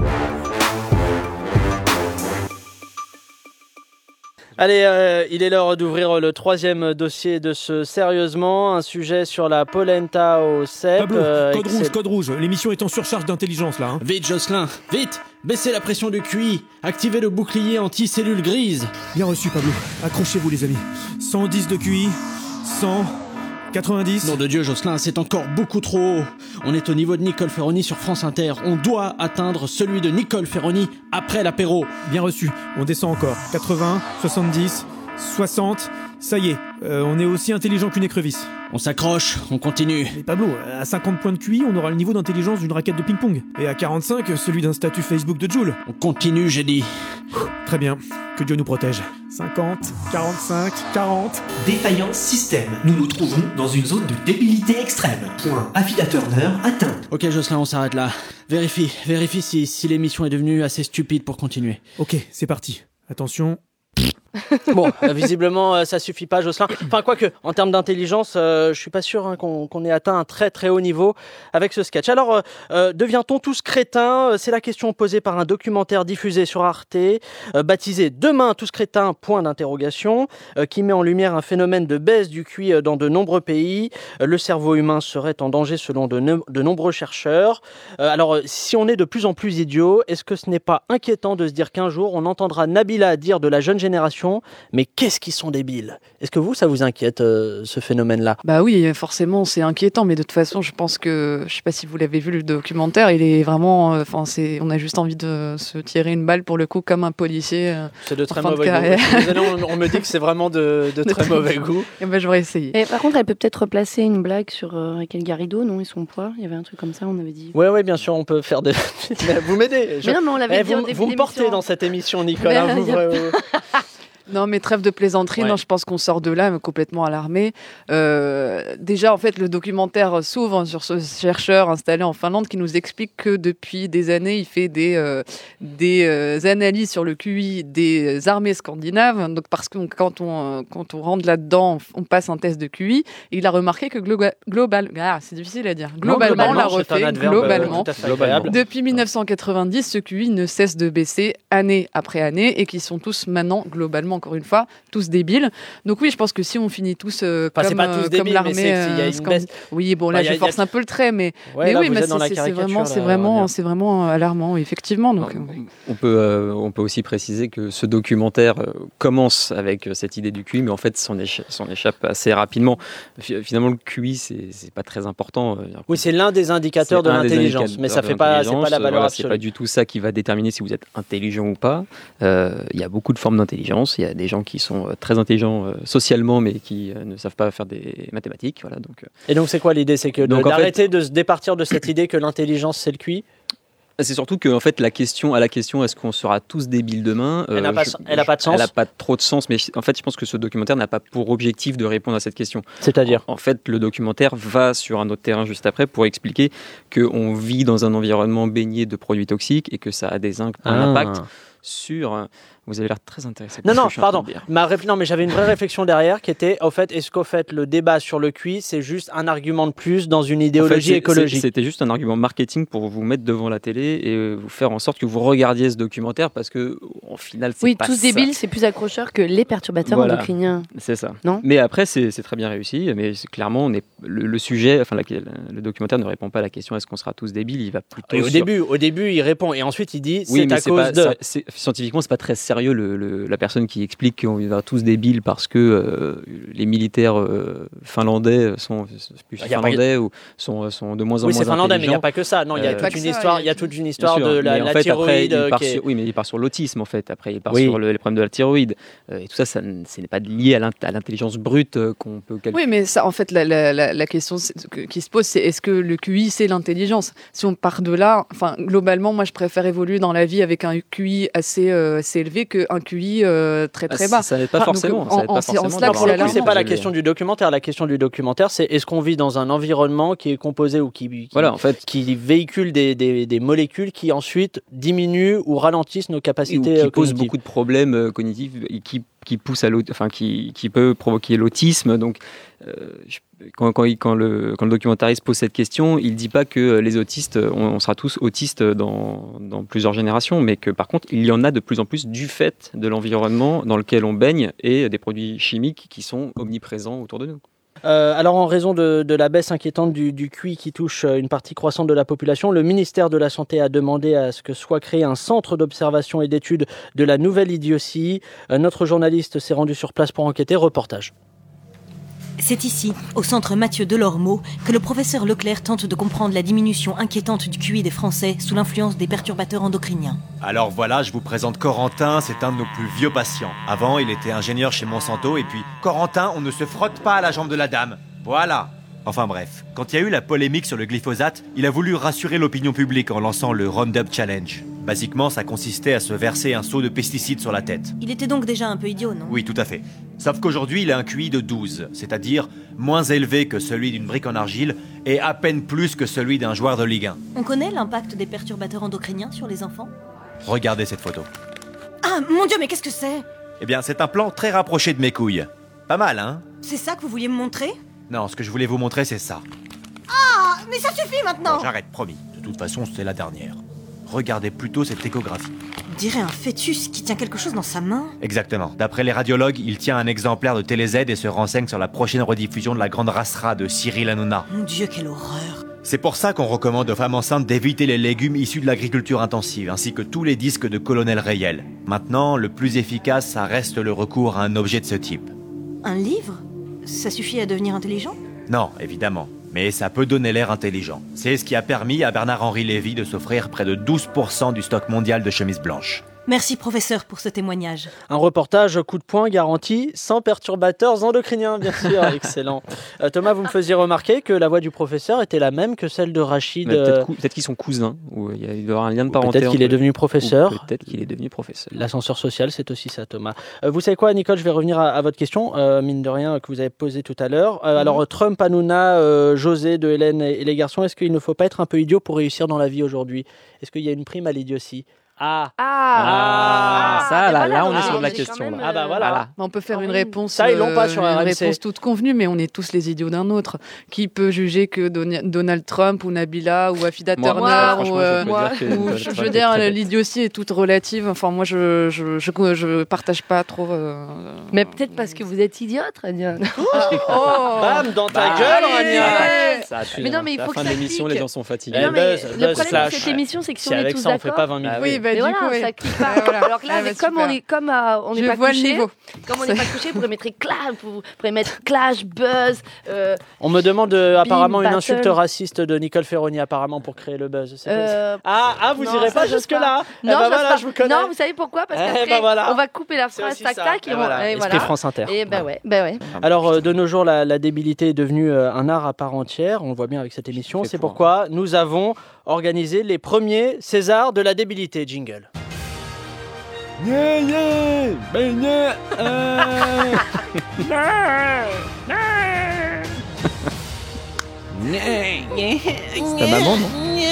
Speaker 2: Allez, euh, il est l'heure d'ouvrir le troisième dossier de ce Sérieusement, un sujet sur la polenta au C E P.
Speaker 10: Pablo,
Speaker 2: euh,
Speaker 10: code
Speaker 2: excellent.
Speaker 10: rouge, code rouge. L'émission est en surcharge d'intelligence là. Hein.
Speaker 14: Vite Jocelyn, vite. Baissez la pression du Q I, activez le bouclier anti-cellules grises.
Speaker 10: Bien reçu Pablo. Accrochez-vous les amis. cent dix de Q I, cent, quatre-vingt-dix.
Speaker 14: Nom de Dieu Jocelyn, c'est encore beaucoup trop haut. On est au niveau de Nicole Ferroni sur France Inter. On doit atteindre celui de Nicole Ferroni après l'apéro.
Speaker 10: Bien reçu. On descend encore. quatre-vingts, soixante-dix, soixante. Ça y est, euh, on est aussi intelligent qu'une écrevisse.
Speaker 14: On s'accroche, on continue.
Speaker 10: Mais Pablo, à cinquante points de Q I, on aura le niveau d'intelligence d'une raquette de ping-pong. Et à quarante-cinq, celui d'un statut Facebook de Joule.
Speaker 14: On continue, j'ai dit.
Speaker 10: Très bien. Que Dieu nous protège. cinquante, quarante-cinq, quarante.
Speaker 15: Défaillance système. Nous nous trouvons dans une zone de débilité extrême. Point Affida Turner atteint.
Speaker 14: Ok Jocelyn, on s'arrête là. Vérifie, vérifie si, si l'émission est devenue assez stupide pour continuer.
Speaker 10: Ok, c'est parti. Attention.
Speaker 2: Bon, euh, visiblement, euh, ça suffit pas, Jocelyn. Enfin, quoique, en termes d'intelligence, euh, je suis pas sûr hein, qu'on, qu'on ait atteint un très très haut niveau avec ce sketch. Alors, euh, euh, devient-on tous crétins ? C'est la question posée par un documentaire diffusé sur Arte, euh, baptisé Demain tous crétins, point d'interrogation, euh, qui met en lumière un phénomène de baisse du Q I dans de nombreux pays. Euh, le cerveau humain serait en danger selon de, ne- de nombreux chercheurs. Euh, alors, euh, si on est de plus en plus idiot, est-ce que ce n'est pas inquiétant de se dire qu'un jour, on entendra Nabila dire de la jeune génération mais qu'est-ce qu'ils sont débiles ? Est-ce que vous, ça vous inquiète, euh, ce phénomène-là ?
Speaker 4: Bah oui, forcément, c'est inquiétant, mais de toute façon, je pense que, je sais pas si vous l'avez vu, le documentaire, il est vraiment, enfin, euh, c'est, on a juste envie de se tirer une balle pour le coup, comme un policier. Euh,
Speaker 2: c'est de très
Speaker 4: en fin
Speaker 2: mauvais
Speaker 4: de carrière.
Speaker 2: goût. Désolé, on, on me dit que c'est vraiment de, de, de très mauvais goût.
Speaker 4: Et ben, j'aurais essayé.
Speaker 6: Et par contre, elle peut peut-être replacer une blague sur euh, Raquel Garrido, non, et son poids. Il y avait un truc comme ça, on avait dit.
Speaker 2: Oui, oui, bien sûr, on peut faire des. Mais vous m'aidez. Je...
Speaker 6: Mais non, mais on l'avait
Speaker 2: eh,
Speaker 6: dit
Speaker 2: vous,
Speaker 6: au début
Speaker 2: vous me
Speaker 6: de
Speaker 2: portez
Speaker 6: l'émission.
Speaker 2: dans cette émission, Nicolas.
Speaker 6: Mais,
Speaker 2: vous,
Speaker 6: y a...
Speaker 2: vous...
Speaker 4: Non, mais trêve de plaisanterie,
Speaker 2: Ouais.
Speaker 4: non, je pense qu'on sort de là mais complètement alarmé. Euh, déjà, en fait, le documentaire s'ouvre sur ce chercheur installé en Finlande qui nous explique que depuis des années, il fait des, euh, des euh, analyses sur le Q I des armées scandinaves. Donc, parce que quand on, quand on rentre là-dedans, on passe un test de Q I. Et il a remarqué que globa- global, ah, c'est difficile à dire. Globalement, on l'a refait.
Speaker 2: adverbe,
Speaker 4: Globalement,
Speaker 2: euh, tout à fait agréable.
Speaker 4: depuis dix-neuf cent quatre-vingt-dix, ce Q I ne cesse de baisser année après année et qui sont tous maintenant, globalement, encore une fois, tous débiles. Donc oui, je pense que si on finit tous euh,
Speaker 2: Enfin,
Speaker 4: comme,
Speaker 2: c'est pas tous
Speaker 4: euh,
Speaker 2: débiles,
Speaker 4: comme l'armée,
Speaker 2: mais c'est qu'il y a
Speaker 4: euh,
Speaker 2: une
Speaker 4: scandi-
Speaker 2: baisse.
Speaker 4: oui, bon là,
Speaker 2: Bah, y a-
Speaker 4: je force
Speaker 2: y a-
Speaker 4: un peu le trait, mais,
Speaker 2: Ouais,
Speaker 4: mais
Speaker 2: là,
Speaker 4: oui,
Speaker 2: vous
Speaker 4: mais
Speaker 2: êtes
Speaker 4: c'est,
Speaker 2: dans la
Speaker 4: c'est- c'est
Speaker 2: caricature,
Speaker 4: vraiment,
Speaker 2: là,
Speaker 4: c'est
Speaker 2: on va
Speaker 4: vraiment,
Speaker 2: dire.
Speaker 4: c'est vraiment alarmant, effectivement. Donc, euh,
Speaker 5: On peut, euh, on peut aussi préciser que ce documentaire euh, commence avec euh, cette idée du Q I, mais en fait s'en écha- s'en échappe assez rapidement. Fi- Finalement, le Q I, c'est, c'est pas très important. euh,
Speaker 2: Oui, c'est l'un des indicateurs
Speaker 5: C'est
Speaker 2: de
Speaker 5: un des
Speaker 2: l'intelligence,
Speaker 5: indicateurs
Speaker 2: mais ça
Speaker 5: de
Speaker 2: fait pas, c'est pas la
Speaker 5: l'intelligence.
Speaker 2: valeur
Speaker 5: Voilà,
Speaker 2: absolue.
Speaker 5: C'est pas du tout ça qui va déterminer si vous êtes intelligent ou pas. Euh, Il y a beaucoup de formes d'intelligence. Il y a des gens qui sont euh, très intelligents euh, socialement, mais qui euh, ne savent pas faire des mathématiques. Voilà, donc, euh,
Speaker 2: Et donc, c'est quoi l'idée ? C'est que de-
Speaker 5: Donc, en fait-
Speaker 2: d'arrêter de se départir de cette idée que l'intelligence, c'est le Q I ?
Speaker 5: c'est surtout que en fait la question à la question est-ce qu'on sera tous débiles demain
Speaker 2: Elle n'a pas-
Speaker 5: je-
Speaker 2: elle a pas de sens.
Speaker 5: Elle n'a pas trop de sens, mais en fait je pense que ce documentaire n'a pas pour objectif de répondre à cette question.
Speaker 2: C'est-à-dire
Speaker 5: En, en fait le documentaire va sur un autre terrain juste après pour expliquer qu'on vit dans un environnement baigné de produits toxiques et que ça a des inc- un
Speaker 2: Ah.
Speaker 5: impact sur... Vous avez l'air très intéressé.
Speaker 2: Non,
Speaker 5: par ce
Speaker 2: non,
Speaker 5: que je suis en train
Speaker 2: pardon.
Speaker 5: de dire.
Speaker 2: Ma réf- Non, mais j'avais une vraie réflexion derrière qui était, au fait, est-ce qu'au fait, le débat sur le Q I, c'est juste un argument de plus dans une
Speaker 5: En fait,
Speaker 2: idéologie
Speaker 5: c'est-
Speaker 2: écologique ?
Speaker 5: c'est- C'était juste un argument marketing pour vous mettre devant la télé et euh, vous faire en sorte que vous regardiez ce documentaire parce que, en final, c'est
Speaker 6: Oui,
Speaker 5: pas
Speaker 6: tous
Speaker 5: ça.
Speaker 6: débiles, c'est plus accrocheur que les perturbateurs
Speaker 5: Voilà.
Speaker 6: endocriniens.
Speaker 5: C'est ça.
Speaker 6: Non
Speaker 5: Mais après, c'est c'est très bien réussi. Mais c'est- clairement, on est, le, le sujet, enfin, la- le documentaire ne répond pas à la question est-ce qu'on sera tous débiles. Il va plutôt.
Speaker 2: Et au
Speaker 5: sur-
Speaker 2: début, au début, il répond et ensuite il dit
Speaker 5: Oui,
Speaker 2: c'est
Speaker 5: mais
Speaker 2: à
Speaker 5: c'est
Speaker 2: cause
Speaker 5: pas,
Speaker 2: de.
Speaker 5: ça- c'est- scientifiquement, c'est pas très sérieux le, le- la personne qui explique qu'on va tous débiles parce que euh, les militaires euh, finlandais sont plus
Speaker 2: Il y a pas-
Speaker 5: finlandais ou sont, sont de moins en
Speaker 2: Oui,
Speaker 5: moins
Speaker 2: c'est finlandais, mais il n'y a
Speaker 5: intelligents.
Speaker 2: pas que ça. Non, il y a
Speaker 5: Euh,
Speaker 2: toute
Speaker 5: Pas
Speaker 2: une
Speaker 5: que ça,
Speaker 2: histoire.
Speaker 5: il
Speaker 2: Il
Speaker 5: y
Speaker 2: y
Speaker 5: a
Speaker 2: a toute une
Speaker 5: Bien
Speaker 2: histoire
Speaker 5: sûr,
Speaker 2: de la,
Speaker 5: mais en
Speaker 2: la
Speaker 5: fait, après,
Speaker 2: thyroïde.
Speaker 5: il
Speaker 2: euh,
Speaker 5: part
Speaker 2: qui est-
Speaker 5: sur- oui, mais il part sur l'autisme en fait. Après, il part
Speaker 2: Oui.
Speaker 5: sur le- les problèmes de la thyroïde Euh, et tout ça, ça n- ce n'est pas lié à l'int- à l'intelligence brute euh, qu'on peut calculer.
Speaker 4: oui, mais ça, en fait, la, la, la, la question c'est- que- qui se pose, c'est est-ce que le Q I, c'est l'intelligence ? Si on part de là, enfin, globalement, moi, je préfère évoluer dans la vie avec un Q I assez, euh, assez élevé qu'un Q I euh, très
Speaker 5: Ah,
Speaker 4: très
Speaker 5: ça-
Speaker 4: bas.
Speaker 5: ça n'aide pas
Speaker 4: Enfin,
Speaker 5: forcément,
Speaker 4: donc,
Speaker 5: ça
Speaker 4: en-
Speaker 5: n'aide
Speaker 4: en-
Speaker 5: pas
Speaker 4: en
Speaker 5: forcément
Speaker 4: cela,
Speaker 2: Non,
Speaker 5: d'avoir
Speaker 2: pour
Speaker 4: c'est
Speaker 2: le coup, c'est
Speaker 4: alarmant.
Speaker 2: pas la
Speaker 5: Je-
Speaker 2: question du documentaire. La question du documentaire, c'est est-ce qu'on vit dans un environnement qui est composé ou qui, qui,
Speaker 5: Voilà, en fait.
Speaker 2: qui véhicule des, des, des molécules qui ensuite diminuent ou ralentissent nos
Speaker 5: ou
Speaker 2: capacités
Speaker 5: qui
Speaker 2: euh,
Speaker 5: pose
Speaker 2: cognitives.
Speaker 5: beaucoup de problèmes euh, cognitifs et qui qui pousse à l'aut- enfin qui, qui peut provoquer l'autisme. Donc euh, je- quand, quand, il- quand le quand le documentariste pose cette question, il dit pas que les autistes on, on sera tous autistes dans, dans plusieurs générations, mais que par contre il y en a de plus en plus du fait de l'environnement dans lequel on baigne et des produits chimiques qui sont omniprésents autour de nous.
Speaker 2: Euh, alors, en raison de, de la baisse inquiétante du, du Q I qui touche euh, une partie croissante de la population, le ministère de la Santé a demandé à ce que soit créé un centre d'observation et d'étude de la nouvelle idiotie. Euh, notre journaliste s'est rendu sur place pour enquêter. Reportage.
Speaker 8: C'est ici, au centre Mathieu Delormeau, que le professeur Leclerc tente de comprendre la diminution inquiétante du Q I des Français sous l'influence des perturbateurs endocriniens.
Speaker 7: Alors voilà, je vous présente Corentin, c'est un de nos plus vieux patients. Avant, il était ingénieur chez Monsanto, et puis, Corentin, on ne se frotte pas à la jambe de la dame. Voilà. Enfin bref, quand il y a eu la polémique sur le glyphosate, il a voulu rassurer l'opinion publique en lançant le Roundup Challenge. Basiquement, ça consistait à se verser un seau de pesticides sur la tête.
Speaker 8: Il était donc déjà un peu idiot, non?
Speaker 7: Oui, tout à fait. Sauf qu'aujourd'hui, il a un Q I de douze, c'est-à-dire moins élevé que celui d'une brique en argile et à peine plus que celui d'un joueur de Ligue un.
Speaker 8: On connaît l'impact des perturbateurs endocriniens sur les enfants?
Speaker 7: Regardez cette photo.
Speaker 8: Ah, mon Dieu, mais qu'est-ce que c'est?
Speaker 7: Eh bien, c'est un plan très rapproché de mes couilles. Pas mal, hein?
Speaker 8: C'est ça que vous vouliez me montrer?
Speaker 7: Non, ce que je voulais vous montrer, c'est ça.
Speaker 8: Ah, mais ça suffit maintenant!
Speaker 7: Bon, j'arrête, promis. De toute façon, c'est la dernière. Regardez plutôt cette échographie.
Speaker 8: On dirait un fœtus qui tient quelque chose dans sa main.
Speaker 7: Exactement. D'après les radiologues, il tient un exemplaire de Télé Z et se renseigne sur la prochaine rediffusion de La Grande Rassera de Cyril Hanouna.
Speaker 8: Mon Dieu, quelle horreur!
Speaker 7: C'est pour ça qu'on recommande aux femmes enceintes d'éviter les légumes issus de l'agriculture intensive, ainsi que tous les disques de Colonel Rayel. Maintenant, le plus efficace, ça reste le recours à un objet de ce type.
Speaker 8: Un livre? Ça suffit à devenir intelligent?
Speaker 7: Non, évidemment. Mais ça peut donner l'air intelligent. C'est ce qui a permis à Bernard-Henri Lévy de s'offrir près de douze pour cent du stock mondial de chemises blanches.
Speaker 8: Merci, professeur, pour ce témoignage.
Speaker 2: Un reportage coup de poing garanti, sans perturbateurs endocriniens, bien sûr. Excellent. Euh, Thomas, vous me faisiez remarquer que la voix du professeur était la même que celle de Rachid.
Speaker 5: Peut-être, cou- peut-être qu'ils sont cousins, ou il y a il doit y avoir un lien de parenté.
Speaker 2: Peut-être qu'il est devenu professeur.
Speaker 5: Ou peut-être qu'il est devenu professeur.
Speaker 2: L'ascenseur social, c'est aussi ça, Thomas. Euh, vous savez quoi, Nicole, je vais revenir à, à votre question, euh, mine de rien, que vous avez posée tout à l'heure. Euh, mm-hmm. Alors, Trump, Hanouna, euh, José de Hélène et, et les garçons, est-ce qu'il ne faut pas être un peu idiot pour réussir dans la vie aujourd'hui? Est-ce qu'il y a une prime à l'idiotie? Ah.
Speaker 4: Ah,
Speaker 5: ah ça, là,
Speaker 4: voilà,
Speaker 5: là, on est
Speaker 4: ah,
Speaker 5: sur
Speaker 4: on
Speaker 5: la
Speaker 4: est
Speaker 5: question.
Speaker 4: même,
Speaker 5: Là.
Speaker 2: Ah bah voilà.
Speaker 5: voilà.
Speaker 4: On peut faire une réponse.
Speaker 2: Ça, ils l'ont pas sur
Speaker 4: euh,
Speaker 2: R M
Speaker 4: une
Speaker 2: C.
Speaker 4: réponse toute convenue, mais on est tous les idiots d'un autre. Qui peut juger que Don- Donald Trump ou Nabila ou Afida
Speaker 5: Moi,
Speaker 4: Turner
Speaker 5: moi,
Speaker 4: ou, euh,
Speaker 5: je peux
Speaker 4: moi,
Speaker 5: dire que
Speaker 4: ou
Speaker 5: Donald
Speaker 4: je,
Speaker 5: Trump
Speaker 4: je veux
Speaker 5: est
Speaker 4: dire,
Speaker 5: très bête.
Speaker 4: l'idiotie est toute relative. Enfin, moi, je je, je, je partage pas trop. euh,
Speaker 6: Mais peut-être parce que vous êtes idiote, Rania.
Speaker 2: Oh Bam, dans ta
Speaker 5: Bah,
Speaker 2: gueule,
Speaker 5: allez,
Speaker 2: Rania.
Speaker 5: Ça a tué,
Speaker 6: Mais non,
Speaker 5: hein.
Speaker 6: mais il
Speaker 5: C'est
Speaker 6: faut
Speaker 5: la fin
Speaker 6: que
Speaker 5: de
Speaker 6: ça
Speaker 5: l'émission,
Speaker 6: clique.
Speaker 5: les gens sont fatigués.
Speaker 6: Non, mais
Speaker 2: buzz,
Speaker 6: le
Speaker 2: buzz
Speaker 6: problème
Speaker 2: flash.
Speaker 6: de cette émission, c'est que si
Speaker 2: Si
Speaker 6: on est
Speaker 2: avec
Speaker 6: tous
Speaker 2: ça, on fait
Speaker 6: d'accord.
Speaker 2: pas vingt minutes.
Speaker 5: Ah
Speaker 4: Oui, bah,
Speaker 6: Mais
Speaker 4: du
Speaker 6: voilà,
Speaker 4: coup, ouais.
Speaker 6: ça clique pas.
Speaker 4: Voilà.
Speaker 6: Alors que là,
Speaker 4: Ah,
Speaker 6: avec-
Speaker 4: bah,
Speaker 6: comme
Speaker 4: super.
Speaker 6: on est comme à- on n'est
Speaker 4: Je
Speaker 6: pas
Speaker 4: vois le
Speaker 6: couché,
Speaker 4: niveau.
Speaker 6: comme on n'est pas couché, vous pourrez mettre clash, vous pourrez mettre clash, buzz. euh,
Speaker 2: On me demande euh, apparemment une
Speaker 6: battle.
Speaker 2: insulte raciste de Nicole Ferroni apparemment pour créer le buzz. C'est
Speaker 6: euh,
Speaker 2: pas- Ah, ah, vous
Speaker 6: non,
Speaker 2: irez
Speaker 6: ça,
Speaker 2: pas
Speaker 6: j'ose
Speaker 2: jusque là.
Speaker 6: Non,
Speaker 2: eh ben
Speaker 6: j'ose
Speaker 2: voilà,
Speaker 6: pas.
Speaker 2: je vous connais.
Speaker 6: Non, vous savez pourquoi? Parce
Speaker 2: Eh
Speaker 6: qu'après,
Speaker 2: ben voilà.
Speaker 6: on va couper la
Speaker 2: C'est
Speaker 6: phrase
Speaker 2: aussi
Speaker 6: tac
Speaker 2: ça.
Speaker 6: tac
Speaker 2: Et
Speaker 6: et, on-
Speaker 2: voilà.
Speaker 6: et
Speaker 2: Esprit
Speaker 6: voilà.
Speaker 2: France Inter.
Speaker 6: Et ben ouais, ben ouais.
Speaker 2: Alors euh, de nos jours, la, la débilité est devenue euh, un art à part entière. On le voit bien avec cette émission.
Speaker 5: Fait
Speaker 2: C'est
Speaker 5: pour.
Speaker 2: pourquoi nous avons organisé les premiers Césars de la débilité. Jingle.
Speaker 11: Yeah, yeah, ben, yeah, euh.
Speaker 5: C'est ta maman, non?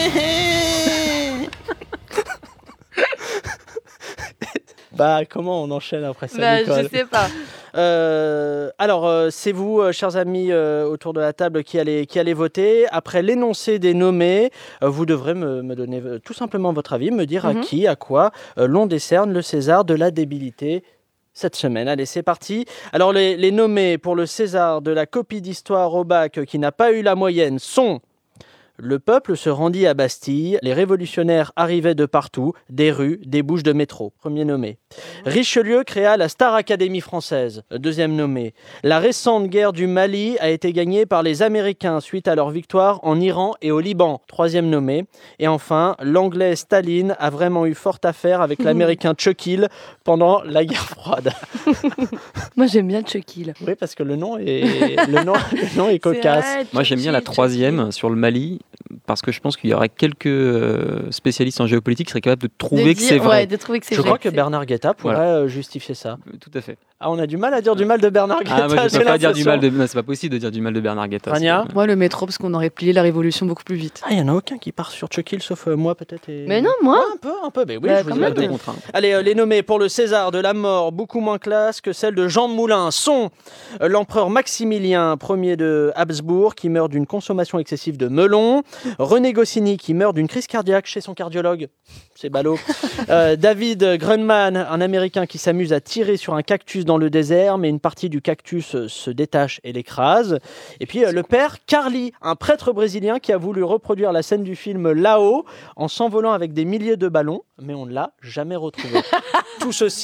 Speaker 2: Bah comment on enchaîne après ça,
Speaker 6: Bah,
Speaker 2: Nicole?
Speaker 6: je sais pas.
Speaker 2: Euh, alors, euh, c'est vous, euh, chers amis, euh, autour de la table, qui allez, qui allez voter. Après l'énoncé des nommés, euh, vous devrez me, me donner euh, tout simplement votre avis, me dire
Speaker 6: Mhm.
Speaker 2: à qui, à quoi euh, l'on décerne le César de la débilité cette semaine. Allez, c'est parti. Alors, les, les nommés pour le César de la copie d'histoire au bac qui n'a pas eu la moyenne sont... Le peuple se rendit à Bastille, les révolutionnaires arrivaient de partout, des rues, des bouches de métro. Premier nommé. Richelieu créa la Star Academy française. Deuxième nommé. La récente guerre du Mali a été gagnée par les Américains suite à leur victoire en Iran et au Liban. Troisième nommé. Et enfin, l'anglais Staline a vraiment eu fort à faire avec l'américain Churchill pendant la guerre froide.
Speaker 6: Moi, j'aime bien Chucky.
Speaker 2: Oui, parce que le nom est, le nom, le nom est cocasse.
Speaker 6: vrai,
Speaker 5: Moi, j'aime bien la
Speaker 6: Chucky,
Speaker 5: troisième sur le Mali, parce que je pense qu'il y aurait quelques euh, spécialistes en géopolitique qui seraient capables de trouver
Speaker 6: De
Speaker 5: que
Speaker 6: dire-
Speaker 5: c'est vrai.
Speaker 6: ouais, de trouver que c'est
Speaker 2: Je
Speaker 6: vrai.
Speaker 2: crois que Bernard Guetta pourrait
Speaker 5: Voilà.
Speaker 2: euh, justifier ça.
Speaker 5: Euh, Tout à fait.
Speaker 2: Ah, on a du mal à dire du mal de Bernard Guetta.
Speaker 5: Ah, moi, je
Speaker 2: j'ai
Speaker 5: peux pas dire du
Speaker 2: l'impression.
Speaker 5: mal de. Non, c'est pas possible de dire du mal de Bernard Guetta.
Speaker 2: Rania
Speaker 5: c'est-
Speaker 4: Moi, le métro, parce qu'on aurait plié la révolution beaucoup plus vite.
Speaker 2: Ah, il n'y en a aucun qui part sur Chucky, sauf euh, moi peut-être. Et...
Speaker 6: Mais non, moi.
Speaker 2: Ouais, un peu, un peu. Mais oui,
Speaker 6: Bah,
Speaker 2: je vous
Speaker 6: quand
Speaker 2: ai
Speaker 6: même.
Speaker 2: deux
Speaker 5: Deux contre un.
Speaker 2: Allez, euh, les nommés pour le César de la mort, beaucoup moins classe que celle de Jean Moulin, sont euh, l'empereur Maximilien Ier de Habsbourg, qui meurt d'une consommation excessive de melon, René Goscinny, qui meurt d'une crise cardiaque chez son cardiologue, c'est ballot, euh, David Grunman, un Américain qui s'amuse à tirer sur un cactus dans le désert, mais une partie du cactus euh, se détache et l'écrase, et puis euh, le père Carly, un prêtre brésilien qui a voulu reproduire la scène du film Là-haut en s'envolant avec des milliers de ballons, mais on ne l'a jamais retrouvé. Tout ceci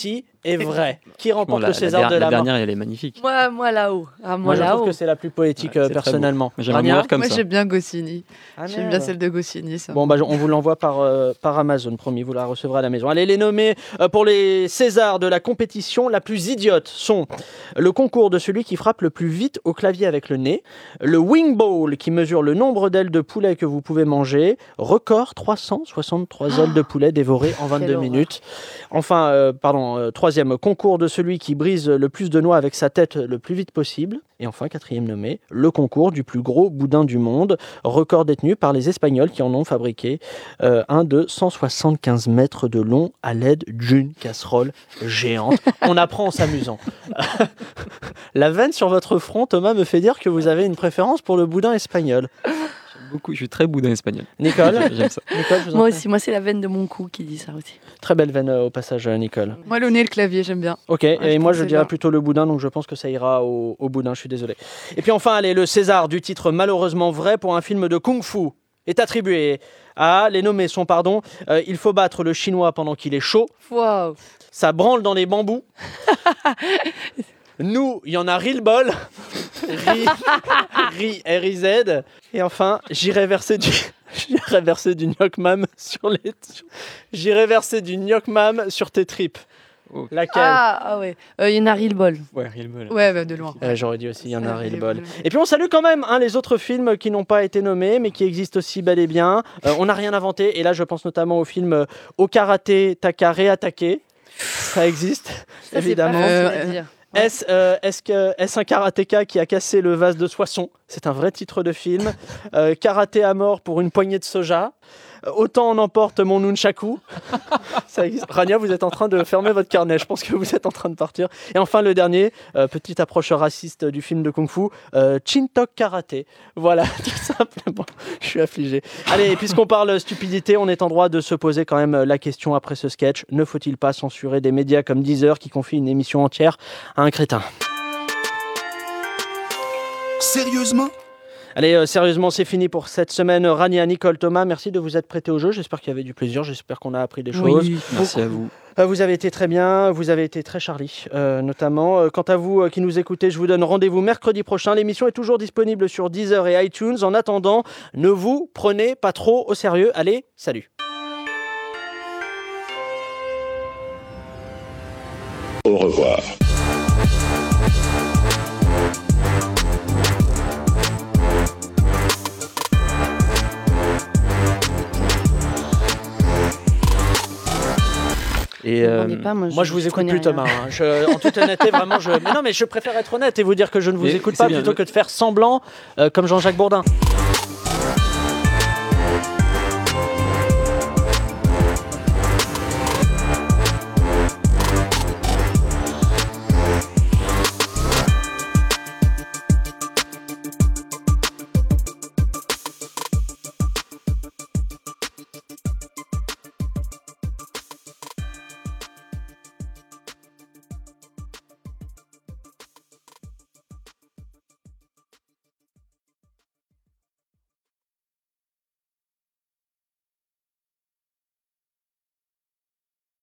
Speaker 2: est vraie. Qui remporte
Speaker 5: Bon, la,
Speaker 2: le César
Speaker 5: la,
Speaker 2: de la,
Speaker 5: la
Speaker 2: main
Speaker 5: dernière, elle est magnifique.
Speaker 6: Moi, moi là-haut. Ah, moi,
Speaker 2: Moi, je
Speaker 6: là-haut.
Speaker 2: trouve que c'est la plus poétique, euh,
Speaker 5: Ouais, c'est très
Speaker 2: personnellement.
Speaker 5: beau. J'aimerais
Speaker 2: Rania
Speaker 5: mourir comme
Speaker 4: Moi,
Speaker 5: ça.
Speaker 4: j'aime bien Goscinny.
Speaker 2: Ah,
Speaker 4: J'aime
Speaker 2: merde.
Speaker 4: bien celle de Goscinny. Ça.
Speaker 2: Bon, bah, on vous l'envoie par, euh, par Amazon, promis, vous la recevrez à la maison. Allez, les nommés euh, pour les Césars de la compétition la plus idiote sont le concours de celui qui frappe le plus vite au clavier avec le nez, le Wing Bowl qui mesure le nombre d'ailes de poulet que vous pouvez manger, record trois cent soixante-trois ailes de poulet dévorées en vingt-deux minutes. Enfin, euh, pardon, euh, troisième, concours de celui qui brise le plus de noix avec sa tête le plus vite possible. Et enfin, quatrième nommé, le concours du plus gros boudin du monde, record détenu par les Espagnols qui en ont fabriqué euh, un de cent soixante-quinze mètres de long à l'aide d'une casserole géante. On apprend en s'amusant. La veine sur votre front, Thomas, me fait dire que vous avez une préférence pour le boudin espagnol.
Speaker 5: Beaucoup, je suis très boudin espagnol.
Speaker 2: Nicole,
Speaker 5: J'aime ça.
Speaker 2: Nicole, je vous en
Speaker 6: Moi
Speaker 2: prie.
Speaker 6: aussi, moi c'est la veine de mon cou qui dit ça aussi.
Speaker 2: Très belle veine euh, au passage, euh, Nicole.
Speaker 4: Moi, le nez et le clavier, j'aime bien.
Speaker 2: Ok,
Speaker 4: Ouais,
Speaker 2: et
Speaker 4: je
Speaker 2: moi
Speaker 4: pense
Speaker 2: je
Speaker 4: que
Speaker 2: dirais
Speaker 4: c'est
Speaker 2: plutôt le boudin, donc je pense que ça ira au, au boudin, je suis désolé. Et puis enfin, allez, le César du titre malheureusement vrai pour un film de Kung Fu est attribué à, les nommés sont, pardon, euh, il faut battre le chinois pendant qu'il est chaud,
Speaker 6: Wow.
Speaker 2: ça branle dans les bambous, nous, il y en a ri le bol, ri, ri, R I Z, et enfin, j'irai verser du... J'irai verser du gnoc mam sur les... J'irai verser du gnoc mam sur tes tripes.
Speaker 5: Oh.
Speaker 2: Laquelle?
Speaker 6: Ah, ah ouais, il euh, y en a ri le bol.
Speaker 5: Ouais, ri le bol.
Speaker 4: Ouais, bah, de loin.
Speaker 2: Euh, J'aurais dit aussi, il y en a
Speaker 4: Ça,
Speaker 2: ri le
Speaker 4: il est
Speaker 2: bol.
Speaker 4: bon.
Speaker 2: Et puis on salue quand même hein, les autres films qui n'ont pas été nommés, mais qui existent aussi bel et bien. Euh, on n'a rien inventé, et là je pense notamment au film euh, Au karaté, t'as réattaqué. Ça existe,
Speaker 6: Ça,
Speaker 2: évidemment.
Speaker 6: C'est pas facile à dire.
Speaker 2: Est-ce euh, est-ce que, est-ce un karatéka qui a cassé le vase de Soissons? C'est un vrai titre de film. Euh, karaté à mort pour une poignée de soja. Euh, Autant en emporte mon nunchaku. Ça existe. Rania, vous êtes en train de fermer votre carnet. Je pense que vous êtes en train de partir. Et enfin, le dernier, euh, petite approche raciste du film de Kung Fu, euh, Chintok Karaté. Voilà, tout simplement. Je suis affligé. Allez, puisqu'on parle stupidité, on est en droit de se poser quand même la question après ce sketch. Ne faut-il pas censurer des médias comme Deezer qui confient une émission entière à un crétin?
Speaker 16: Sérieusement?
Speaker 2: Allez, euh, sérieusement, c'est fini pour cette semaine. Rania, Nicole, Thomas, merci de vous être prêtés au jeu. J'espère qu'il y avait du plaisir. J'espère qu'on a appris des choses.
Speaker 5: Oui, merci à vous.
Speaker 2: Euh, vous avez été très bien. Vous avez été très Charlie, euh, notamment. Euh, quant à vous euh, qui nous écoutez, je vous donne rendez-vous mercredi prochain. L'émission est toujours disponible sur Deezer et iTunes. En attendant, ne vous prenez pas trop au sérieux. Allez, salut.
Speaker 13: Au revoir.
Speaker 2: Et euh,
Speaker 6: pas, moi,
Speaker 2: moi,
Speaker 6: je-
Speaker 2: je vous
Speaker 6: je
Speaker 2: écoute
Speaker 6: connais
Speaker 2: plus,
Speaker 6: rien.
Speaker 2: Thomas. hein. Je- en toute honnêteté, vraiment, je. Mais non, mais je préfère être honnête et vous dire que je ne vous
Speaker 5: Mais
Speaker 2: écoute
Speaker 5: c'est
Speaker 2: pas
Speaker 5: bien.
Speaker 2: plutôt que de faire semblant, euh, comme Jean-Jacques Bourdin.